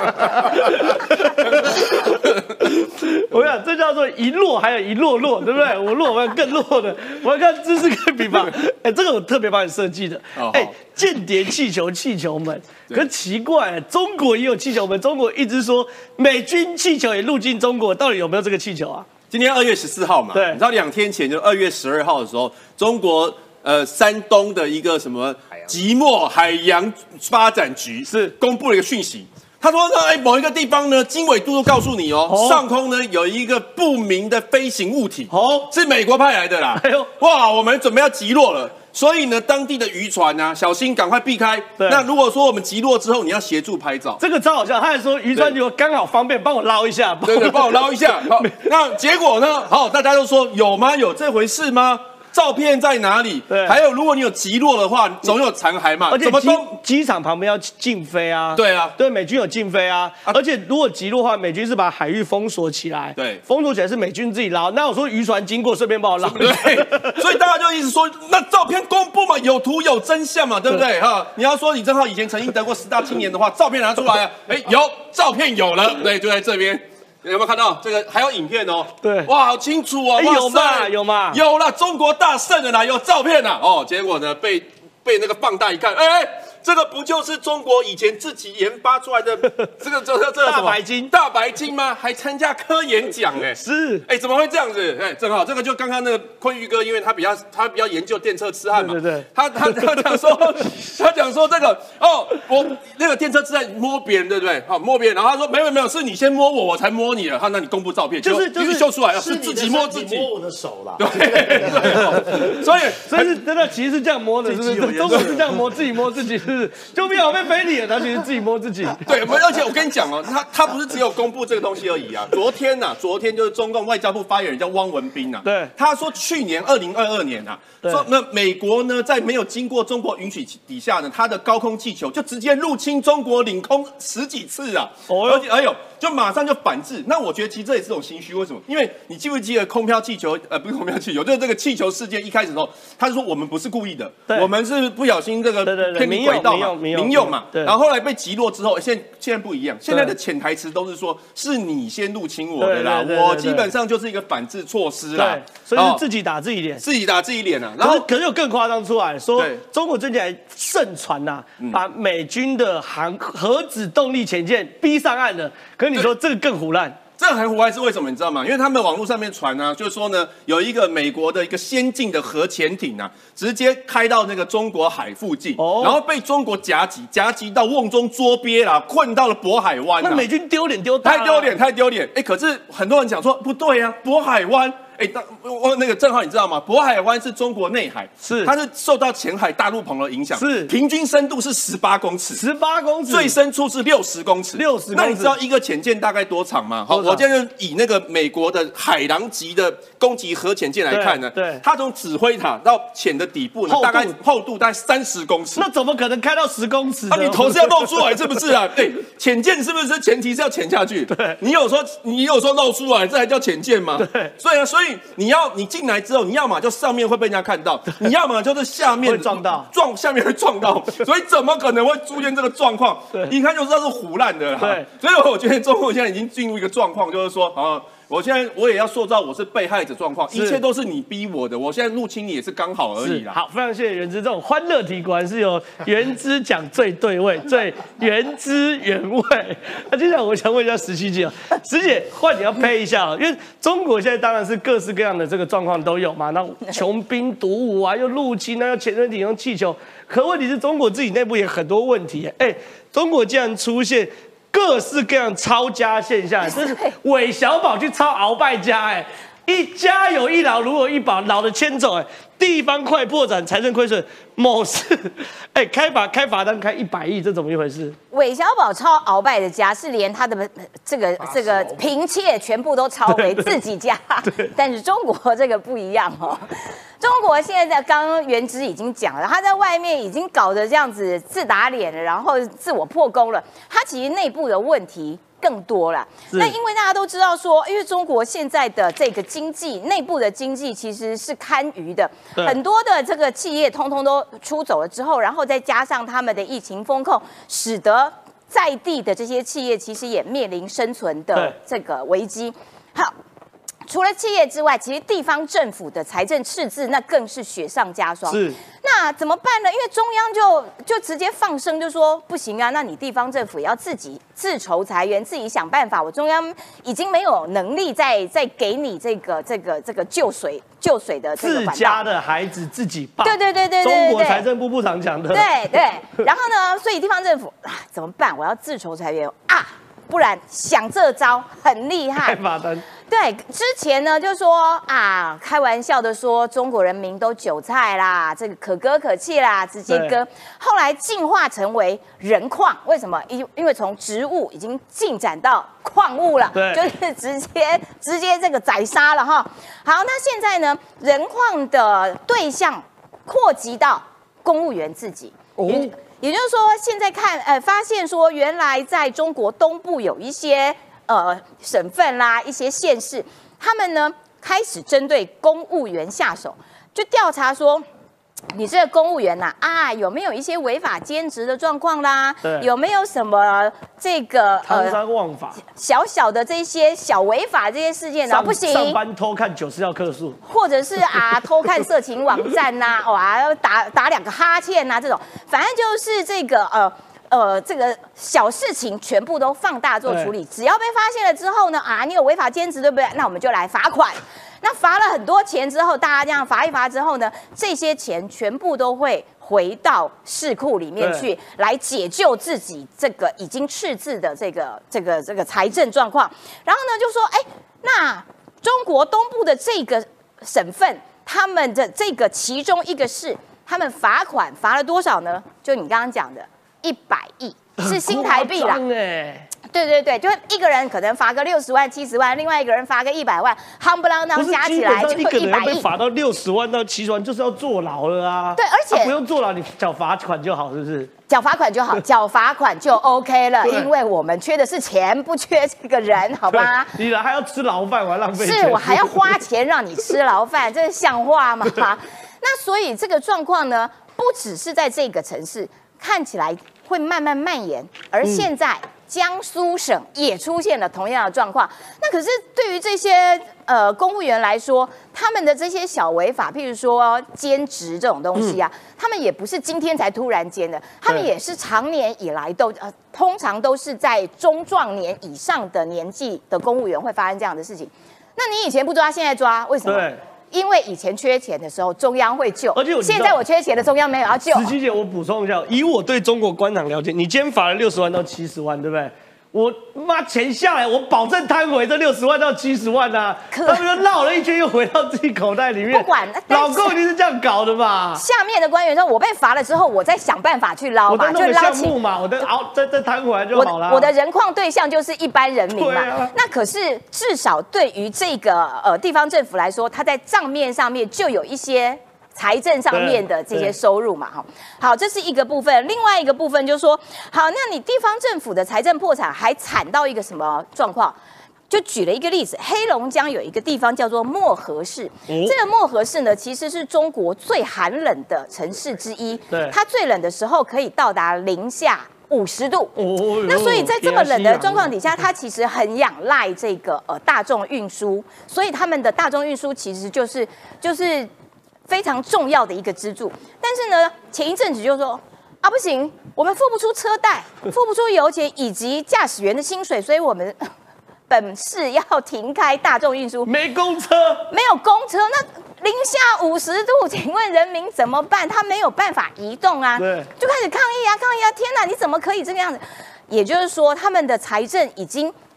我想这叫做一落还有一落落，对不对？我落，我要更落的，我要看知识更贫乏。哎，这个我特别帮你设计的。哎，间谍气球们，可奇怪，中国也有气球门，中国一直说美军气球也入境中国，到底有没有这个气球啊？ 今天2月14号嘛， 对， 你知道2天前就2月12号的时候，中国山东的一个什么即墨海洋发展局是公布了一个讯息。他说呢，某一个地方呢，经纬度都告诉你哦，上空呢有一个不明的飞行物体，是美国派来的啦。哎呦，哇，我们准备要击落了，所以呢，当地的渔船啊，小心，赶快避开。那如果说我们击落之后，你要协助拍照， 这个超好笑。他还说渔船如果刚好方便，帮我捞一下。 对，帮我捞一下。好，那结果呢？好，大家都说有吗？有这回事吗？照片在哪里？对，还有如果你有击落的话，总有残骸嘛。 而且机场旁边要禁飞啊。 对啊， 对，美军有禁飞啊。而且如果击落的话，美军是把海域封锁起来。 对， 封锁起来是美军自己捞。那我说渔船经过，顺便帮我捞。 对，所以大家就一直说，那照片公布嘛，有图有真相嘛，对不对？哈，你要说李正皓以前曾经得过10大青年的话，照片拿出来啊。有照片有了，对，就在这边。有没有看到这个？还有影片哦。 对， 哇，好清楚哦。 有吗？有吗？ 有啦，中国大胜了啦，有照片啦。哦，结果呢，被那个放大一看，这个不就是中国以前自己研发出来的这个大白鲸？ 大白鲸吗？还参加科研奖哎， 是怎么会这样子？正好这个就刚刚那个坤玉哥，因为他比较研究电车痴汉嘛， 对， 他讲说这个我那个电车痴汉摸别人对不对？好摸别人，然后他说没有，是你先摸我才摸你了，那你公布照片，就是秀出来是自己摸自己， 摸我的手啦， 对，所以是真的，其实是这样摸的，是不是？中国是这样摸，自己摸自己，是不是？就不要被非礼了，他其实自己摸自己。 对，而且我跟你讲哦，他不是只有公布这个东西而已啊。昨天就是中共外交部发言人叫汪文斌啊， 对， 他说去年2022年啊，说那美国呢在没有经过中国允许底下呢，他的高空气球就直接入侵中国领空10几次啊，而且就马上就反制。那我觉得其实这也是种心虚，为什么？因为你记不记得空飘气球？不是空飘气球，就是这个气球事件一开始的时候，他就说我们不是故意的，我们是不小心这个偏离轨道嘛，民用嘛。然后后来被击落之后，现在不一样，现在的潜台词都是说是你先入侵我的啦，我基本上就是一个反制措施啦， 所以是自己打自己脸， 自己打自己脸啊。然后可是有更夸张出来说，中国最近还盛传呐，把美军的核子动力潜舰逼上岸了。可是你说这个更胡乱。 这很胡乱是为什么？你知道吗？因为他们网络上面传啊，就是说呢，有一个美国的一个先进的核潜艇啊，直接开到那个中国海附近，然后被中国夹击到瓮中捉鳖啦，困到了渤海湾。 那美军丢脸丢大了， 太丢脸！可是很多人讲说不对啊，渤海湾。那个正好你知道吗？渤海湾是中国内海，它是受到前海大陆棚的影响，平均深度是18公尺 ，18公尺， 最深处是60公尺。那你知道一个潜舰大概多长吗？好，我现在就以那个美国的海狼级的攻击核潜舰来看呢，它从指挥塔到潜的底部呢，大概厚度大概30公尺。 那怎么可能开到10公尺？ 你头是要露出来是不是啊？潜舰是不是前提是要潜下去？对，你有说露出来，这还叫潜舰吗？对，所以你进来之后，你要么就上面会被人家看到，你要么就是下面下面会撞到，所以怎么可能会出现这个状况？一看就知道是唬烂的啦。对，所以我觉得中国现在已经进入一个状况，就是说我也要塑造我是被害者状况，一切都是你逼我的，我现在入侵你也是刚好而已啦。 好，非常谢谢元之，这种欢乐题果然是由元之讲最对味，最原汁原味。那接下来我想问一下17姐，17姐换你要配一下，因为中国现在当然是各式各样的这个状况都有嘛，那穷兵黩武啊，又入侵啊，又潜水艇用气球，可问题是中国自己内部也很多问题。中国竟然出现各式各样抄家现象，这是韦小宝去抄鳌拜家， 一家有一老，如果一保，老的牵走，地方快破产，财政亏损，某市，开罚单开100亿，这怎么一回事？ 韦小宝超鳌拜的家是连他的这个嫔妾全部都抄回自己家，但是中国这个不一样哦。中国现在刚刚元之已经讲了，他在外面已经搞得这样子自打脸了，然后自我破功了。他其实内部的问题更多了。那因为大家都知道说，因为中国现在的这个经济内部的经济其实是堪虞的，很多的这个企业通通都出走了之后，然后再加上他们的疫情风控，使得在地的这些企业其实也面临生存的这个危机。好。除了企业之外，其实地方政府的财政赤字那更是雪上加霜。 是， 那怎么办呢？因为中央就直接放声就说不行啊，那你地方政府也要自己自筹财源，自己想办法。我中央已经没有能力再给你这个救水的这个管道。 自家的孩子自己抱。 对， 中国财政部部长讲的。 对。然后呢，所以地方政府怎么办？我要自筹财源啊，不然想这招很厉害。 开罚单。 对，之前呢就说啊，开玩笑的说中国人民都韭菜啦，这个可歌可泣啦，直接割。后来进化成为人矿，为什么？因为从植物已经进展到矿物了，就是直接这个宰杀了哈。好，那现在呢，人矿的对象扩及到公务员自己。也就是说，现在发现说，原来在中国东部有一些省份啦，一些县市，他们呢开始针对公务员下手，就调查说，你这个公务员呐有没有一些违法兼职的状况啦？有没有什么这个贪赃枉法小的这些小违法这些事件呢？不行， 上班偷看90要客诉， 或者是偷看色情网站呐，打2个哈欠呐，这种，反正就是这个这个小事情全部都放大做处理，只要被发现了之后呢，你有违法兼职，对不对？那我们就来罚款。那罚了很多钱之后，大家这样罚一罚之后呢，这些钱全部都会回到市库里面去，来解救自己这个已经赤字的这个财政状况。然后呢，就说，那中国东部的这个省份，他们的这个其中一个市，他们罚款罚了多少呢？就你刚刚讲的。100亿是新台币啦，对，就一个人可能罚个60万、70万，另外一个人罚个100万，夯不啷当加起来就100亿。 一个人被罚到60万到70万，就是要坐牢了啊。 对，而且不用坐牢，你缴罚款就好，是不是？ 缴罚款就好，缴罚款就 OK 了，因为我们缺的是钱，不缺这个人，好吧？ 你还要吃牢饭，我还浪费钱。 是我还要花钱让你吃牢饭，这像话吗？那所以这个状况呢，不只是在这个城市，看起来会慢慢蔓延，而现在江苏省也出现了同样的状况。那可是对于这些公务员来说，他们的这些小违法，譬如说兼职这种东西啊，他们也不是今天才突然间的，他们也是长年以来都通常都是在中壮年以上的年纪的公务员会发生这样的事情。那你以前不抓，现在抓，为什么？因为以前缺钱的时候，中央会救，而且现在我缺钱的，中央没有要救。 17姐，我补充一下，以我对中国官场了解，你今天罚了60万到70万，对不对？我妈钱下来，我保证摊回这60万到70万啊！他们就绕了一圈，又回到自己口袋里面。不管， 老共一定是这样搞的吧？ 下面的官员说，我被罚了之后，我再想办法去捞嘛， 就捞项目嘛，我再摊回来就好了。 我的人矿对象就是一般人民嘛。那可是至少对于这个地方政府来说，它在账面上面就有一些财政上面的这些收入嘛，好，这是一个部分。另外一个部分就是说，好，那你地方政府的财政破产还惨到一个什么状况？就举了一个例子，黑龙江有一个地方叫做漠河市，这个漠河市呢，其实是中国最寒冷的城市之一，它最冷的时候可以到达零下50度。那所以在这么冷的状况底下，它其实很仰赖这个大众运输，所以他们的大众运输其实就是非常重要的一个支柱。但是呢，前一阵子就说不行，我们付不出车贷，付不出油钱以及驾驶员的薪水，所以我们本市要停开大众运输， 没公车， 没有公车，那零下50度，请问人民怎么办？他没有办法移动啊，就开始抗议啊！天哪，你怎么可以这个样子？也就是说，他们的财政已经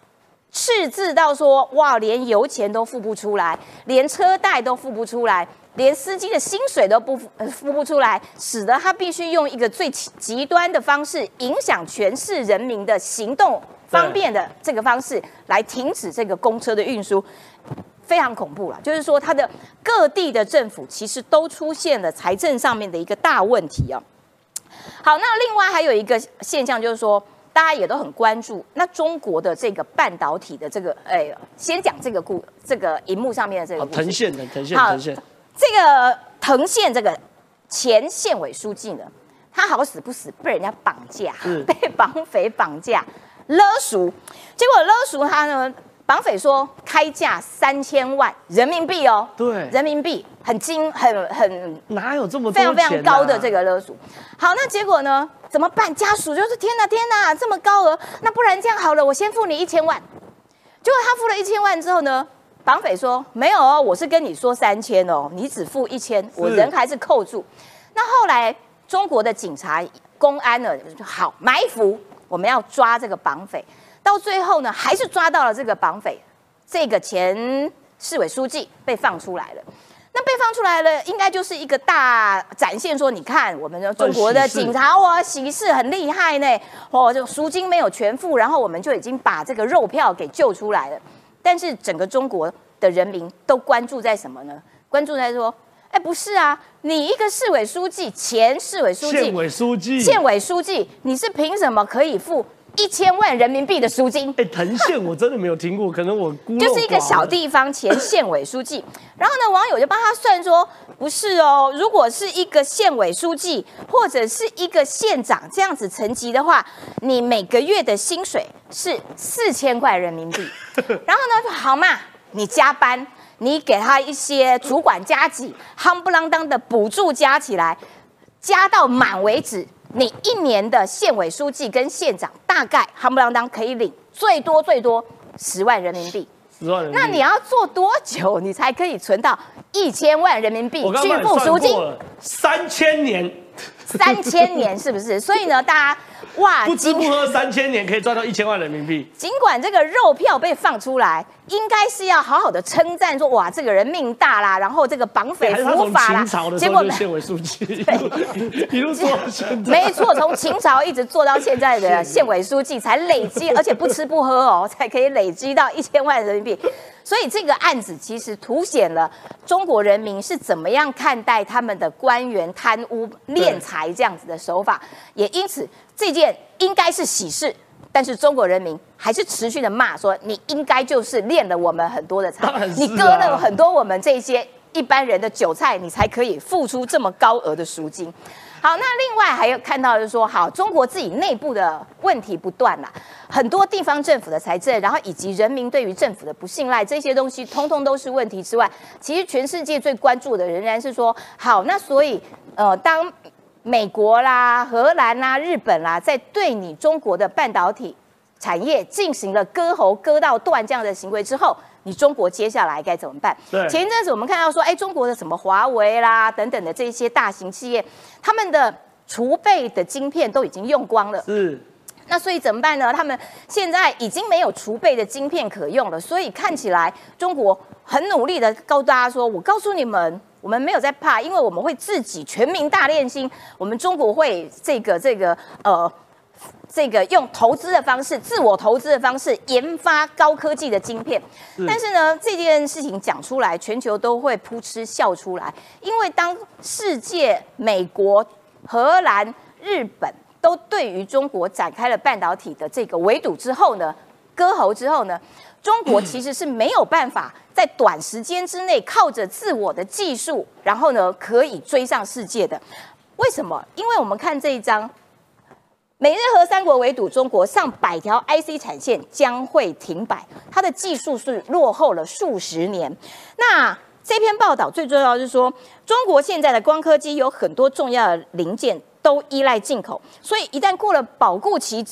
赤字到说哇，连油钱都付不出来，连车贷都付不出来，连司机的薪水都付不出来，使得他必须用一个最极端的方式，影响全市人民的行动方便的这个方式来停止这个公车的运输。非常恐怖了，就是说，它的各地的政府其实都出现了财政上面的一个大问题哦。好，那另外还有一个现象就是说，大家也都很关注，那中国的这个半导体的这个，先讲这个荧幕上面的这个藤县， 这个藤县这个前县委书记呢，他好死不死被人家绑架，被绑匪绑架勒赎，结果勒赎他呢。绑匪说开价3000万人民币哦， 对， 人民币很哪有这么多钱啊？ 非常高的这个勒赎。好，那结果呢？怎么办？家属就是天哪，这么高额，那不然这样好了，我先付你1000万。结果他付了1000万之后呢，绑匪说没有哦，我是跟你说3000哦，你只付1000，我人还是扣住。那后来中国的警察、公安呢，好埋伏，我们要抓这个绑匪。到最后呢，还是抓到了这个绑匪，这个前市委书记被放出来了。那被放出来了，应该就是一个大展现，说你看我们的中国的警察哇，喜事很厉害呢，这个赎金没有全付，然后我们就已经把这个肉票给救出来了。但是整个中国的人民都关注在什么呢？关注在说，不是啊，你一个市委书记、前市委书记、县委书记，你是凭什么可以付1000万人民币的赎金？ 藤县我真的没有听过，可能我孤陋寡闻。 就是一个小地方前县委书记，然后呢，网友就帮他算说，不是哦，如果是一个县委书记或者是一个县长这样子层级的话，你每个月的薪水是4000块人民币。然后呢，就好嘛，你加班，你给他一些主管加级，夯不啷当的补助加起来，加到满为止。你1年的县委书记跟县长大概夯不啷当可以领最多10万人民币。 10万人民币。 那你要做多久，你才可以存到1000万人民币去付赎金 ？3000年。 3000年是不是？所以呢，大家哇， 不吃不喝3000年可以赚到1000万人民币。 尽管这个肉票被放出来，应该是要好好的称赞说，哇，这个人命大啦，然后这个绑匪伏法啦。 结果县委书记一路做到现在。 没错，从秦朝一直做到现在的县委书记，才累积，而且不吃不喝哦，才可以累积到1000万人民币。所以这个案子其实凸显了中国人民是怎么样看待他们的官员贪污敛财这样子的手法，也因此这件应该是喜事，但是中国人民还是持续的骂说，你应该就是敛了我们很多的财，你割了很多我们这些一般人的韭菜，你才可以付出这么高额的赎金。好，那另外还有看到就是说，好，中国自己内部的问题不断啦，很多地方政府的财政，然后以及人民对于政府的不信赖，这些东西通通都是问题之外，其实全世界最关注的仍然是说，好，那所以当美国啦、荷兰啦、日本啦，在对你中国的半导体产业进行了割喉割到断这样的行为之后，你中国接下来该怎么办？前一阵子我们看到说，中国的什么华为啦等等的这些大型企业，他们的储备的晶片都已经用光了。 是。 那所以怎么办呢？他们现在已经没有储备的晶片可用了，所以看起来中国很努力的告诉大家说，我告诉你们，我们没有在怕，因为我们会自己全民大练心，我们中国会这个用投资的方式，自我投资的方式研发高科技的晶片。但是呢，这件事情讲出来，全球都会噗嗤笑出来，因为当世界、美国、荷兰、日本都对于中国展开了半导体的这个围堵之后呢，割喉之后呢，中国其实是没有办法在短时间之内靠着自我的技术，然后呢可以追上世界的。为什么？因为我们看这一张。美日荷三国围堵中国，上百条 IC 产线将会停摆，它的技术是落后了数十年。那这篇报道最重要的是说，中国现在的光刻机有很多重要的零件都依赖进口，所以一旦过了保固期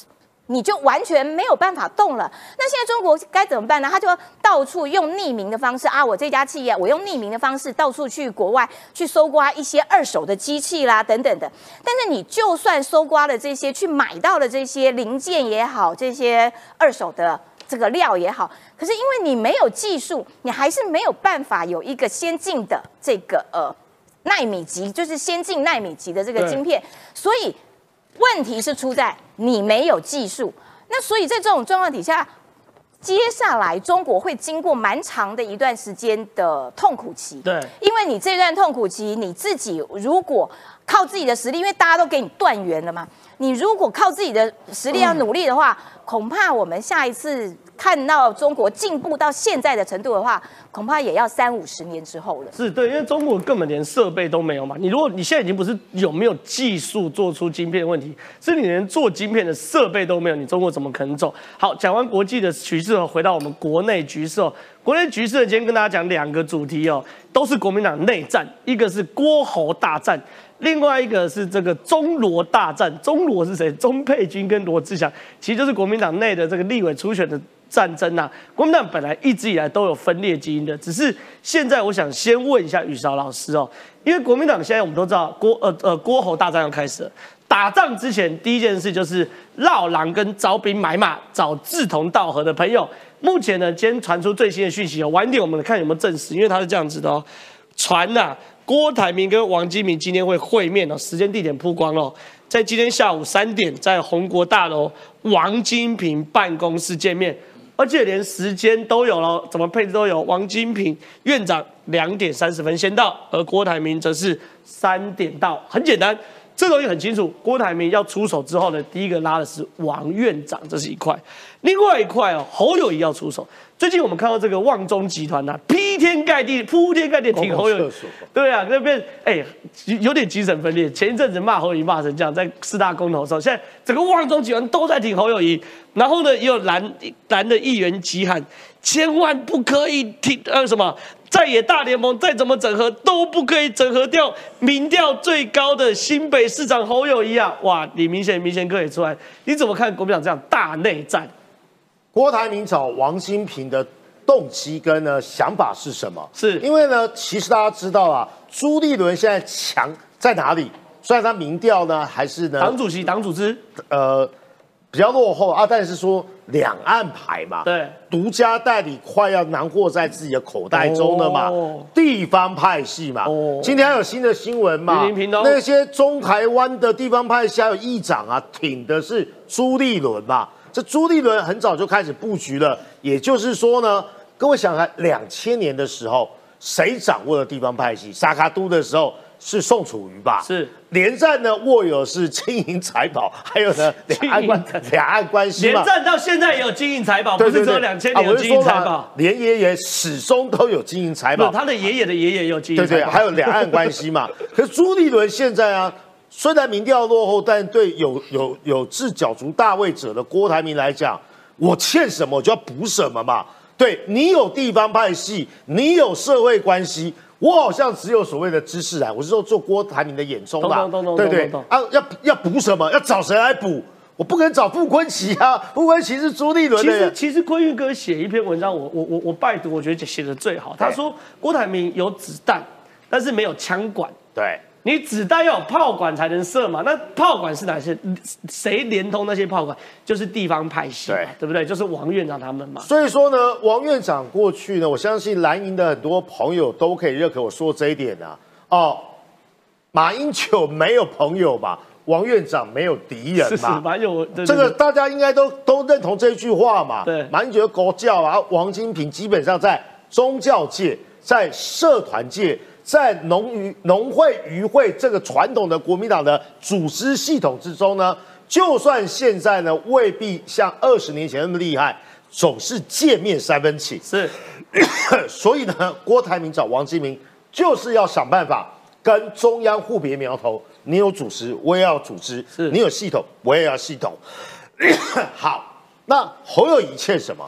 你就完全没有办法动了。那现在中国该怎么办呢？他就到处用匿名的方式啊，我这家企业我用匿名的方式到处去国外去搜刮一些二手的机器啦等等的。但是你就算搜刮了这些，去买到了这些零件也好，这些二手的这个料也好，可是因为你没有技术，你还是没有办法有一个先进的这个奈米级，就是先进奈米级的这个晶片，所以问题是出在你没有技术。那所以在这种状况底下，接下来中国会经过蛮长的一段时间的痛苦期。 对， 因为你这段痛苦期，你自己如果靠自己的实力，因为大家都给你断源了嘛，你如果靠自己的实力要努力的话，恐怕我们下一次看到中国进步到现在的程度的话，恐怕也要30-50年之后了。 是对，因为中国根本连设备都没有嘛。如果你现在已经不是有没有技术做出晶片的问题，是你连做晶片的设备都没有，你中国怎么可能走？好，讲完国际的局势回到我们国内局势国内局势今天跟大家讲2个主题都是国民党内战，一个是郭侯大战。另外一个是这个中罗大战，中罗是谁？钟佩君跟罗志祥，其实就是国民党内的这个立委初选的战争啊。国民党本来一直以来都有分裂基因的，只是现在我想先问一下宇韶老师因为国民党现在我们都知道郭侯大战要开始了。打仗之前第一件事就是绕狼跟招兵买马，找志同道合的朋友。目前呢，今天传出最新的讯息晚一点我们看有没有证实，因为他是这样子的传郭台铭跟王金平今天会会面时间地点曝光在今天下午3点，在宏国大楼王金平办公室见面，而且连时间都有了，怎么配置都有。王金平院长2点30分先到，而郭台铭则是3点到。很简单，这东西很清楚。郭台铭要出手之后呢，第一个拉的是王院长，这是一块；另外一块侯友宜要出手。最近我们看到这个旺中集团铺天盖地挺侯友宜，对啊，那边有点精神分裂。前一阵子骂侯友宜骂成这样，在4大公投的时候，现在整个旺中集团都在挺侯友宜。然后呢，也有蓝的议员急喊，千万不可以挺在野大联盟再怎么整合都不可以整合掉民调最高的新北市长侯友宜啊！哇，李明贤哥也出来，你怎么看国民党这样大内战？ 郭台铭找王金平的动机跟想法是什么？ 是因为呢，其实大家知道朱立伦现在强在哪里？虽然他民调呢还是呢党主席、党组织比较落后但是说两岸牌嘛， 对， 独家代理快要囊括在自己的口袋中了嘛，地方派系嘛，今天还有新的新闻嘛，那些中台湾的地方派系还有议长挺的是朱立伦嘛。这朱立伦很早就开始布局了，也就是说呢，各位想看2000年的时候，谁掌握了地方派系？沙卡都的时候是宋楚瑜吧？ 是连战呢，握有是金银财宝，还有呢两岸关系嘛。 连战到现在也有金银财宝，不是只有2000年有金银财宝， 连爷爷始终都有金银财宝。 他的爷爷的爷爷也有金银财宝， 对，还有两岸关系嘛。可是朱立伦现在虽然民调落后，但对有志角逐大位者的郭台铭来讲，我欠什么我就要补什么嘛。对，你有地方派系，你有社会关系，我好像只有所谓的知识我是说做郭台铭的眼中吧，对要补什么？要找谁来补？我不可能找傅昆萁傅昆萁是朱立伦的。 其实昆玉哥写一篇文章，我拜读，我觉得写的最好。他说郭台铭有子弹，但是没有枪管。 对。 你子弹要有炮管才能射嘛？那炮管是哪些？谁连通那些炮管？就是地方派系嘛，对不对？就是王院长他们嘛。 所以说呢，王院长过去呢，我相信蓝营的很多朋友都可以认可我说这一点马英九没有朋友嘛，王院长没有敌人嘛。 是这个大家应该都认同这句话嘛。 对， 马英九国教王金平基本上在宗教界、在社团界。在农会、渔会这个传统的国民党的组织系统之中呢，就算现在呢未必像20年前那么厉害，总是见面3分情。 是， 所以呢，郭台铭找王金平就是要想办法跟中央互别苗头。你有组织，我也要组织；你有系统，我也要系统。好，那侯友宜欠什么？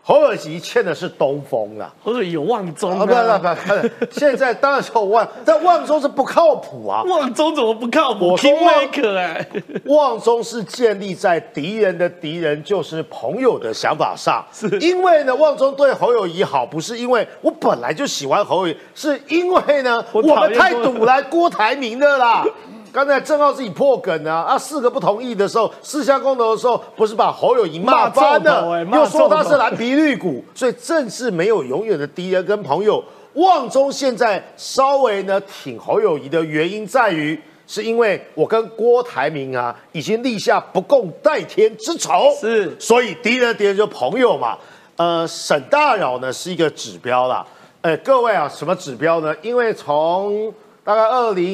侯友宜欠的是东风啊， 或者有旺中啊？ 不，现在当然是有旺，但旺中是不靠谱啊。 旺中怎么不靠谱？ 我说旺中是建立在敌人的敌人就是朋友的想法上，因为呢，旺中对侯友宜好，不是因为我本来就喜欢侯友宜，是因为呢，我们太堵拦郭台铭的啦。刚才正好自己破梗啊，4个不同意的时候，4项公投的时候，不是把侯友宜骂翻了，又说他是蓝皮绿骨，所以政治没有永远的敌人跟朋友。旺中现在稍微呢挺侯友宜的原因在于，是因为我跟郭台铭啊已经立下不共戴天之仇， 是， 所以敌人就朋友嘛。沈大佬呢是一个指标啦，各位啊，什么指标呢？因为从大概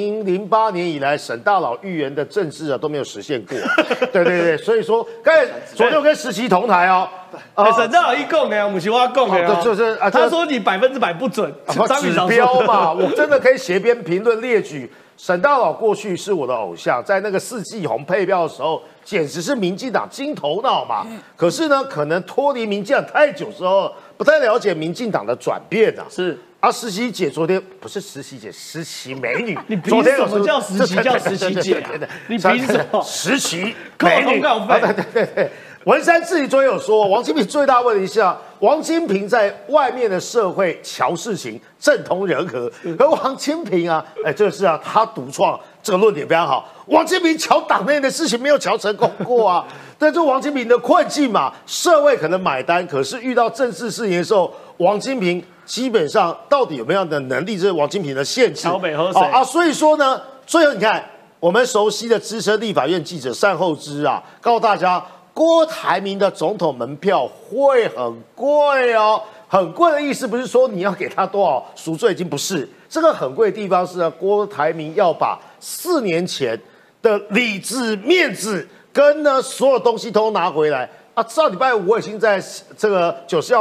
2008年以来，沈大佬预言的政治啊都没有实现过。对，所以说，昨天我跟17同台哦， 沈大佬一讲的，不是我讲的， 就是他说你100%不准， 指标嘛，我真的可以斜边评论列举。沈大佬过去是我的偶像，在那个4季红配票的时候，简直是民进党金头脑嘛。可是呢，可能脱离民进党太久之后，不太了解民进党的转变啊。 是。 实习姐昨天不是实习姐，实习美女。 你凭什么叫实习叫实习姐？你凭什么？ 实习美女。对。文山自己昨天有说，王金平最大问题是王金平在外面的社会瞧事情政通人和，而王金平啊，这个是他独创，这个论点非常好。王金平瞧党内的事情没有瞧成功过啊，这就是王金平的困境嘛。社会可能买单，可是遇到政治事情的时候，王金平基本上到底有没有的能力，这是王金平的限制。所以说呢，最后你看我们熟悉的资深立法院记者单厚之啊，告诉大家。郭台铭的总统门票会很贵哦，很贵的意思不是说你要给他多少赎罪金，不是，这个很贵的地方是郭台铭要把4年前的理智、面子跟呢所有东西都拿回来啊。上礼拜5我已经在这个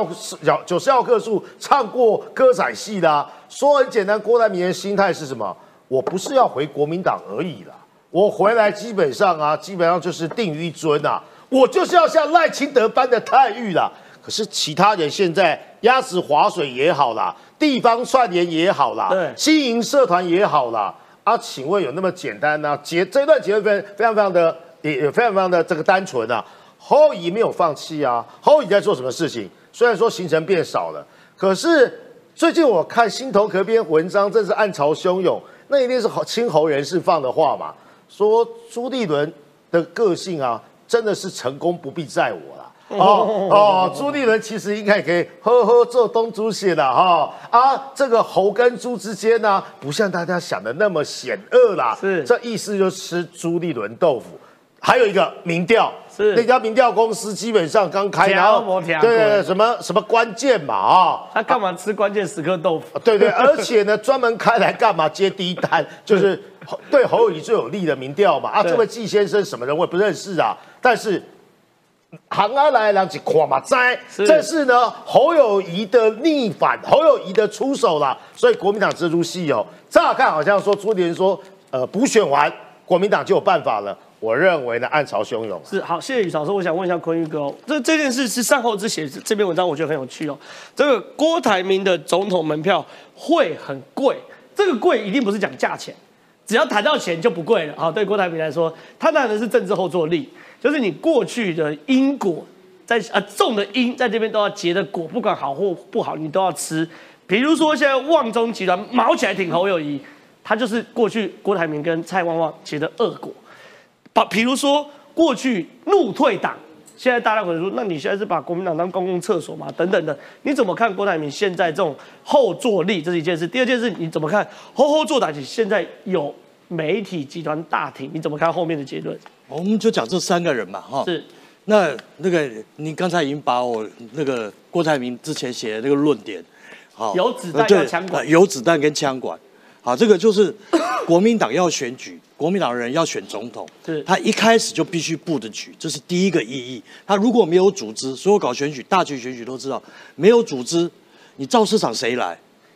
90号客数唱过歌仔戏啦。说很简单，郭台铭的心态是什么？我不是要回国民党而已啦，我回来基本上就是定于一尊啊。我就是要像赖清德般的待遇啦，可是其他人现在鸭子划水也好啦，地方串联也好啦，经营社团也好啦，请问有那么简单呢？这段结论非常的这个单纯啊。侯友宜没有放弃啊，侯友宜在做什么事情？虽然说行程变少了，可是最近我看心头壳篇文章，真是暗潮汹涌，那一定是亲侯人士放的话嘛，说朱立伦的个性啊。真的是成功不必在我啦！朱立伦其实应该可以呵做东猪血啦这个侯跟猪之间呢，不像大家想的那么险恶啦。是，这意思就是吃朱立伦豆腐。还有一个民调，是那家民调公司基本上刚开，然后对什么关键嘛他干嘛吃关键时刻豆腐？ 对，而且呢专门开来干嘛接第一单，就是对侯友宜最有利的民调嘛这位季先生什么人我也不认识啊。但是行来人一看嘛知，这是呢侯友宜的逆反，侯友宜的出手啦，所以国民党这出戏乍看好像说朱立伦说补选完国民党就有办法了，我认为呢暗潮汹涌。 是好，谢谢宇老师，我想问一下坤玉哥这件事是善后之写这篇文章，我觉得很有趣这个郭台铭的总统门票会很贵，这个贵一定不是讲价钱，只要谈到钱就不贵了对郭台铭来说，他谈的是政治后坐力。就是你过去的因果，在种的因在这边都要结的果，不管好或不好，你都要吃。比如说现在旺中集团毛起来挺侯友宜，他就是过去郭台铭跟蔡旺旺结的恶果。比如说过去怒退党，现在大家可能说，那你现在是把国民党当公共厕所嘛？等等的，你怎么看郭台铭现在这种后坐力？这是一件事。第二件事，你怎么看后坐打起？现在有媒体集团大挺，你怎么看后面的结论？ 我们就讲这3个人嘛，是。那个你刚才已经把我那个郭台铭之前写的那个论点， 有子弹要枪管， 有子弹跟枪管，这个就是国民党要选举，国民党人要选总统，他一开始就必须布的局，这是第一个意义。他如果没有组织，所有搞选举、大局选举都知道，没有组织，你造市场谁来？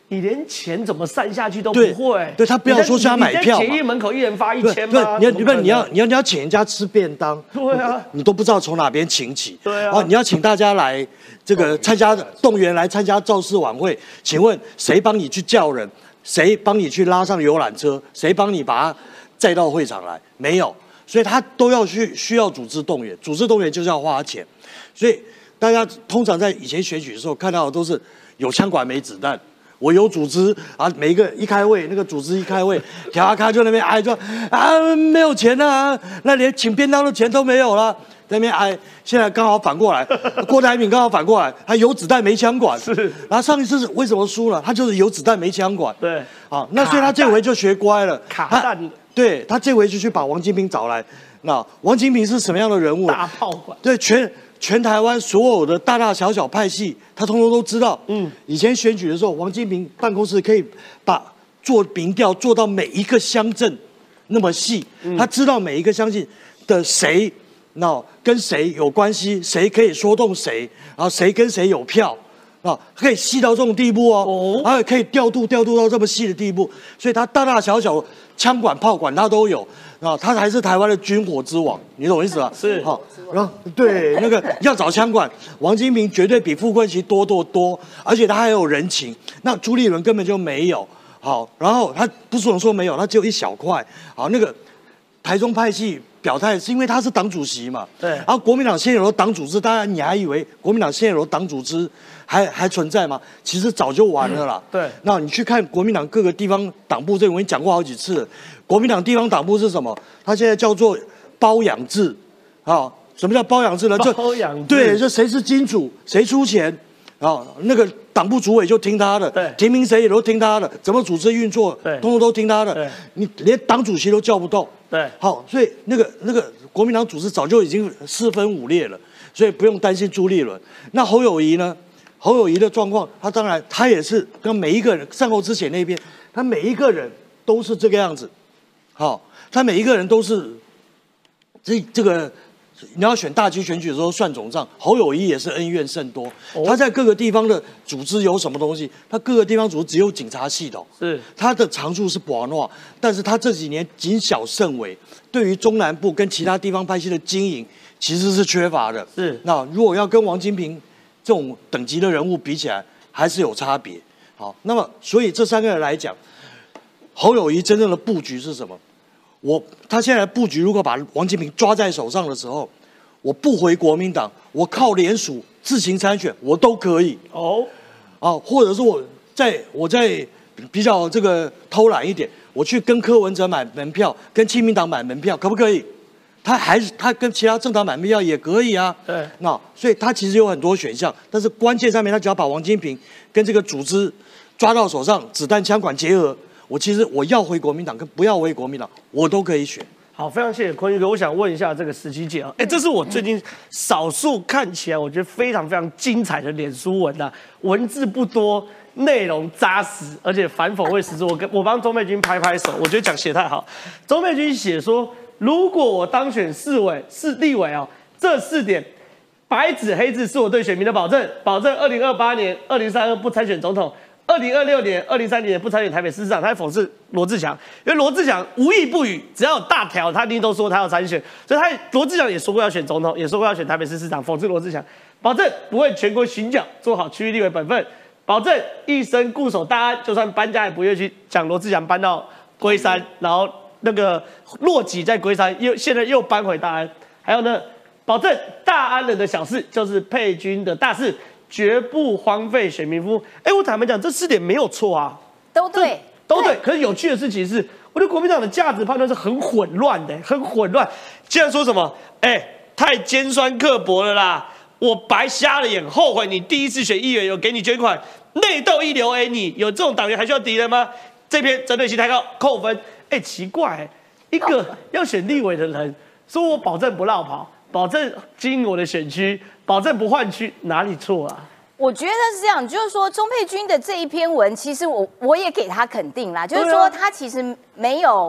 你连钱怎么散下去都不会。 对他不要说是他买票嘛， 你在捷运门口一人发1000吗？ 你要请人家吃便当， 对啊， 你都不知道从哪边请起。 对啊， 你要请大家来这个参加动员来参加造势晚会，请问谁帮你去叫人？谁帮你去拉上游览车？谁帮你把他载到会场来？没有，所以他都要需要组织动员，组织动员就是要花钱，所以大家通常在以前选举的时候看到的都是有枪管没子弹。我有组织啊，每一个一开会，那个组织一开会，咔咔就那边挨说啊没有钱啊，那连请便当的钱都没有了，在那边挨。现在刚好反过来，郭台铭刚好反过来，他有子弹没枪管。 是， 然后上一次为什么输了？他就是有子弹没枪管。 对， 啊，那所以他这回就学乖了， 卡弹。 对他这回就去把王金平找来。那王金平是什么样的人物？ 大炮管。 对，全台湾所有的大大小小派系，他通通都知道。以前选举的时候，王金平办公室可以把做民调做到每一个乡镇那么细，他知道每一个乡镇的谁，跟谁有关系，谁可以说动谁，然后谁跟谁有票，可以细到这种地步哦，还可以调度到这么细的地步，所以他大大小小枪管、炮管他都有。他还是台湾的军火之王，你懂我意思吧？ 是。 好，然后对那个要找枪管，王金平绝对比傅昆萁多，而且他还有人情，那朱立伦根本就没有。好，然后他不是说没有，他只有一小块。好，那个台中派系表态是因为他是党主席嘛？ 对。 然后国民党现有的党组织，当然你还以为国民党现有的党组织还存在吗？其实早就完了啦。 对。 那你去看国民党各个地方党部，这我已经讲过好几次了。国民党地方党部是什么？它现在叫做包养制，什么叫包养制呢？ 包养制。 对，就谁是金主，谁出钱，那个党部主委就听他的， 对， 提名谁也都听他的，怎么组织运作， 对， 通通都听他的， 对， 你连党主席都叫不动， 对， 好，所以那个国民党组织早就已经四分五裂了，所以不用担心朱立伦。那侯友宜呢？侯友宜的状况，他当然他也是跟每一个人善后之前那边，他每一个人都是这个样子。好，他每一个人都是这个，你要选大区选举的时候算总账，侯友宜也是恩怨甚多。他在各个地方的组织有什么东西？他各个地方组织只有警察系统， 是他的长处是博诺，但是他这几年谨小慎微，对于中南部跟其他地方派系的经营其实是缺乏的。 是， 那如果要跟王金平这种等级的人物比起来，还是有差别。好，那么所以这三个人来讲，侯友宜真正的布局是什么？他现在的布局，如果把王金平抓在手上的时候，我不回国民党，我靠联署自行参选，我都可以。或者是我在比较这个偷懒一点，我去跟柯文哲买门票，跟亲民党买门票，可不可以？他跟其他政党买门票也可以啊。 对。 所以他其实有很多选项，但是关键上面，他只要把王金平跟这个组织抓到手上，子弹枪管结合。我要回国民党跟不要回国民党，我都可以选。 好，非常谢谢坤玉哥。我想问一下这个17届啊，这是我最近少数看起来我觉得非常非常精彩的脸书文啊，文字不多，内容扎实，而且反讽味十足。我帮钟佩君拍拍手，我觉得讲写太好。钟佩君写说，如果我当选立委啊，这4点白纸黑字是我对选民的保证，保证2028年、2032不参选总统。2026年、2030年不参选台北市市长，他还讽刺罗志祥，因为罗志祥无意不语，只要有大条，他一定都说他要参选，所以罗志祥也说过要选总统，也说过要选台北市市长，讽刺罗志祥，保证不会全国巡剿，做好区域立委本分，保证一生固守大安，就算搬家也不会去讲罗志祥搬到龟山，然后那个落籍在龟山，现在又搬回大安，还有呢，保证大安人的小事就是佩君的大事。绝不荒废选民服务。我坦白讲，这4点没有错啊， 都对， 都对。可是有趣的事情是，我觉得国民党的价值判断是很混乱的，很混乱。竟然说什么，太尖酸刻薄了啦！我白瞎了眼，后悔你第一次选议员有给你捐款，内斗一流。你有这种党员还需要敌人吗？这篇针对性太高，扣分。奇怪，一个要选立委的人说我保证不落跑，保证经营我的选区。保证不换区，哪里错啊？ 我觉得是这样，就是说钟佩君的这一篇文，其实我也给他肯定啦，就是说他其实没有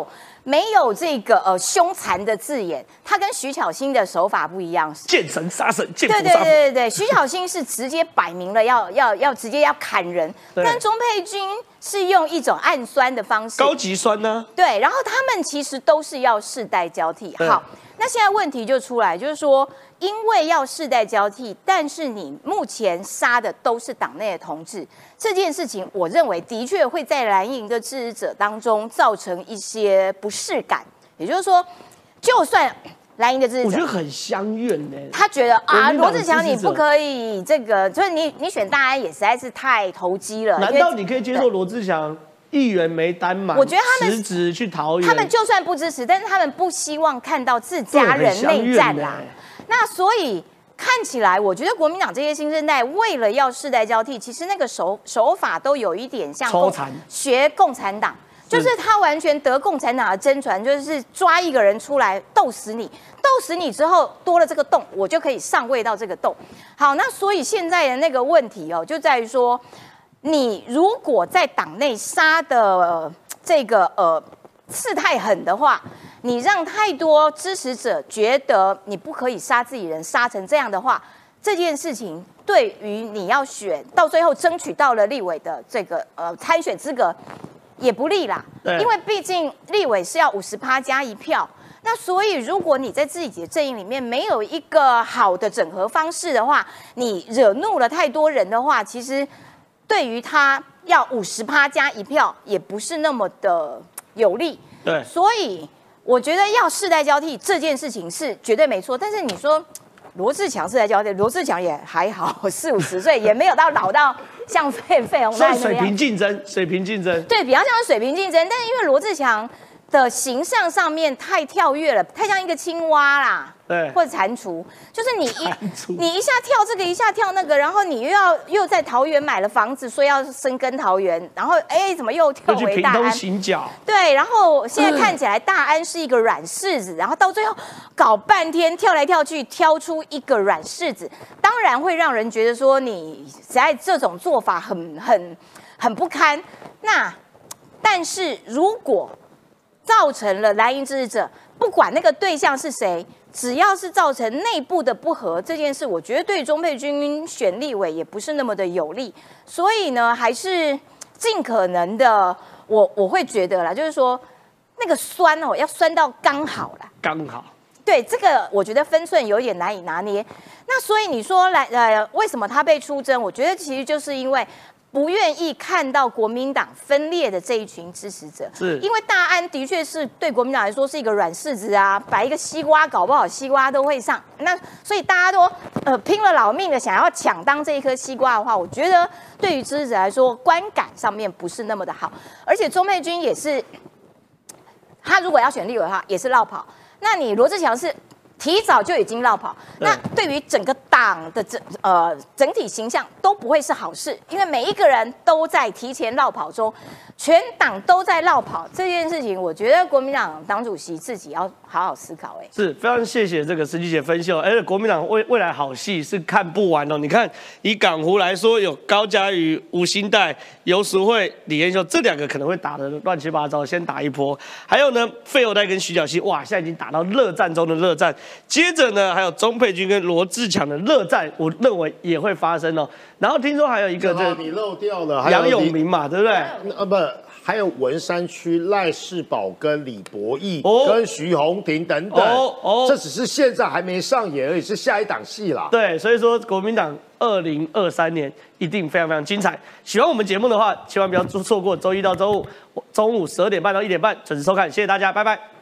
没有这个凶残的字眼，他跟徐巧芯的手法不一样， 见神杀神，见佛杀佛。 对，徐巧芯是直接摆明了要直接要砍人，但钟佩君是用一种暗酸的方式， 高级酸呢？ 对，然后他们其实都是要世代交替。好，那现在问题就出来，就是说，因为要世代交替，但是你目前杀的都是党内的同志，这件事情，我认为的确会在蓝营的支持者当中造成一些不适感。也就是说，就算蓝营的支持者， 我觉得很相怨呢。 他觉得啊，罗志强你不可以这个，就是你选大安也实在是太投机了。 难道你可以接受罗志强议员没担满？ 我觉得他们辞职去桃园， 他们就算不支持，但是他们不希望看到自家人内战啦。那所以看起来，我觉得国民党这些新生代为了要世代交替，其实那个手法都有一点像学共产党。就是他完全得共产党的真传，就是抓一个人出来斗死你，斗死你之后多了这个洞，我就可以上位到这个洞。好，那所以现在的那个问题哦，就在于说，你如果在党内杀的这个刺太狠的话，你让太多支持者觉得你不可以杀自己人，杀成这样的话，这件事情对于你要选到最后争取到了立委的这个参选资格。也不利啦，因为毕竟立委是要50%加1票，那所以如果你在自己的阵营里面没有一个好的整合方式的话，你惹怒了太多人的话，其实对于他要50%加1票也不是那么的有利。 对， 所以我觉得要世代交替这件事情是绝对没错，但是你说罗志强世代交替，罗志强也还好，40-50岁也没有到老到。像费鸿泰那样， 水平竞争， 对，比较像水平竞争。但是因为罗志强的形象上面太跳跃了，太像一个青蛙啦， 对， 或者蟾蜍，就是你一下跳这个，一下跳那个，然后你又在桃园买了房子，说要深耕桃园，然后怎么又跳回大安？ 屏东行脚， 对，然后现在看起来大安是一个软柿子，然后到最后搞半天跳来跳去，挑出一个软柿子，当然会让人觉得说你实在这种做法很不堪。那但是如果造成了蓝营支持者，不管那个对象是谁，只要是造成内部的不和这件事，我觉得对钟佩君选立委也不是那么的有利。所以呢，还是尽可能的，我会觉得啦，就是说那个酸要酸到刚好啦， 刚好。 对，这个我觉得分寸有点难以拿捏。那所以你说为什么他被出征？我觉得其实就是因为不愿意看到国民党分裂的这一群支持者， 是因为大安的确是对国民党来说是一个软柿子啊，摆一个西瓜，搞不好西瓜都会上。那所以大家都拼了老命的想要抢当这一颗西瓜的话，我觉得对于支持者来说观感上面不是那么的好。而且钟佩君也是，他如果要选立委的话，也是落跑。那你罗志强是提早就已经落跑，那对于整个党的整体形象都不会是好事，因为每一个人都在提前落跑中，全党都在落跑这件事情，我觉得国民党党主席自己要好好思考。 是非常谢谢这个石琪姐分析哦。国民党未来好戏是看不完哦。你看以港湖来说，有高嘉瑜、吴欣岱、游淑慧、李彦秀这2个可能会打得乱七八糟，先打一波。还有呢，费鸿泰跟徐巧芯，哇，现在已经打到热战中的热战。接着呢，还有钟佩君跟罗志强的热战，我认为也会发生哦。然后听说还有一个， 你漏掉了杨永明嘛，对不对？ 不，还有文山区赖世宝跟李博义跟徐宏庭等等，这只是现在还没上演而已，是下一档戏啦。 对，所以说国民党2023年一定非常非常精彩。喜欢我们节目的话，千万不要错过周一到周五中午12点半到1点半准时收看，谢谢大家，拜拜。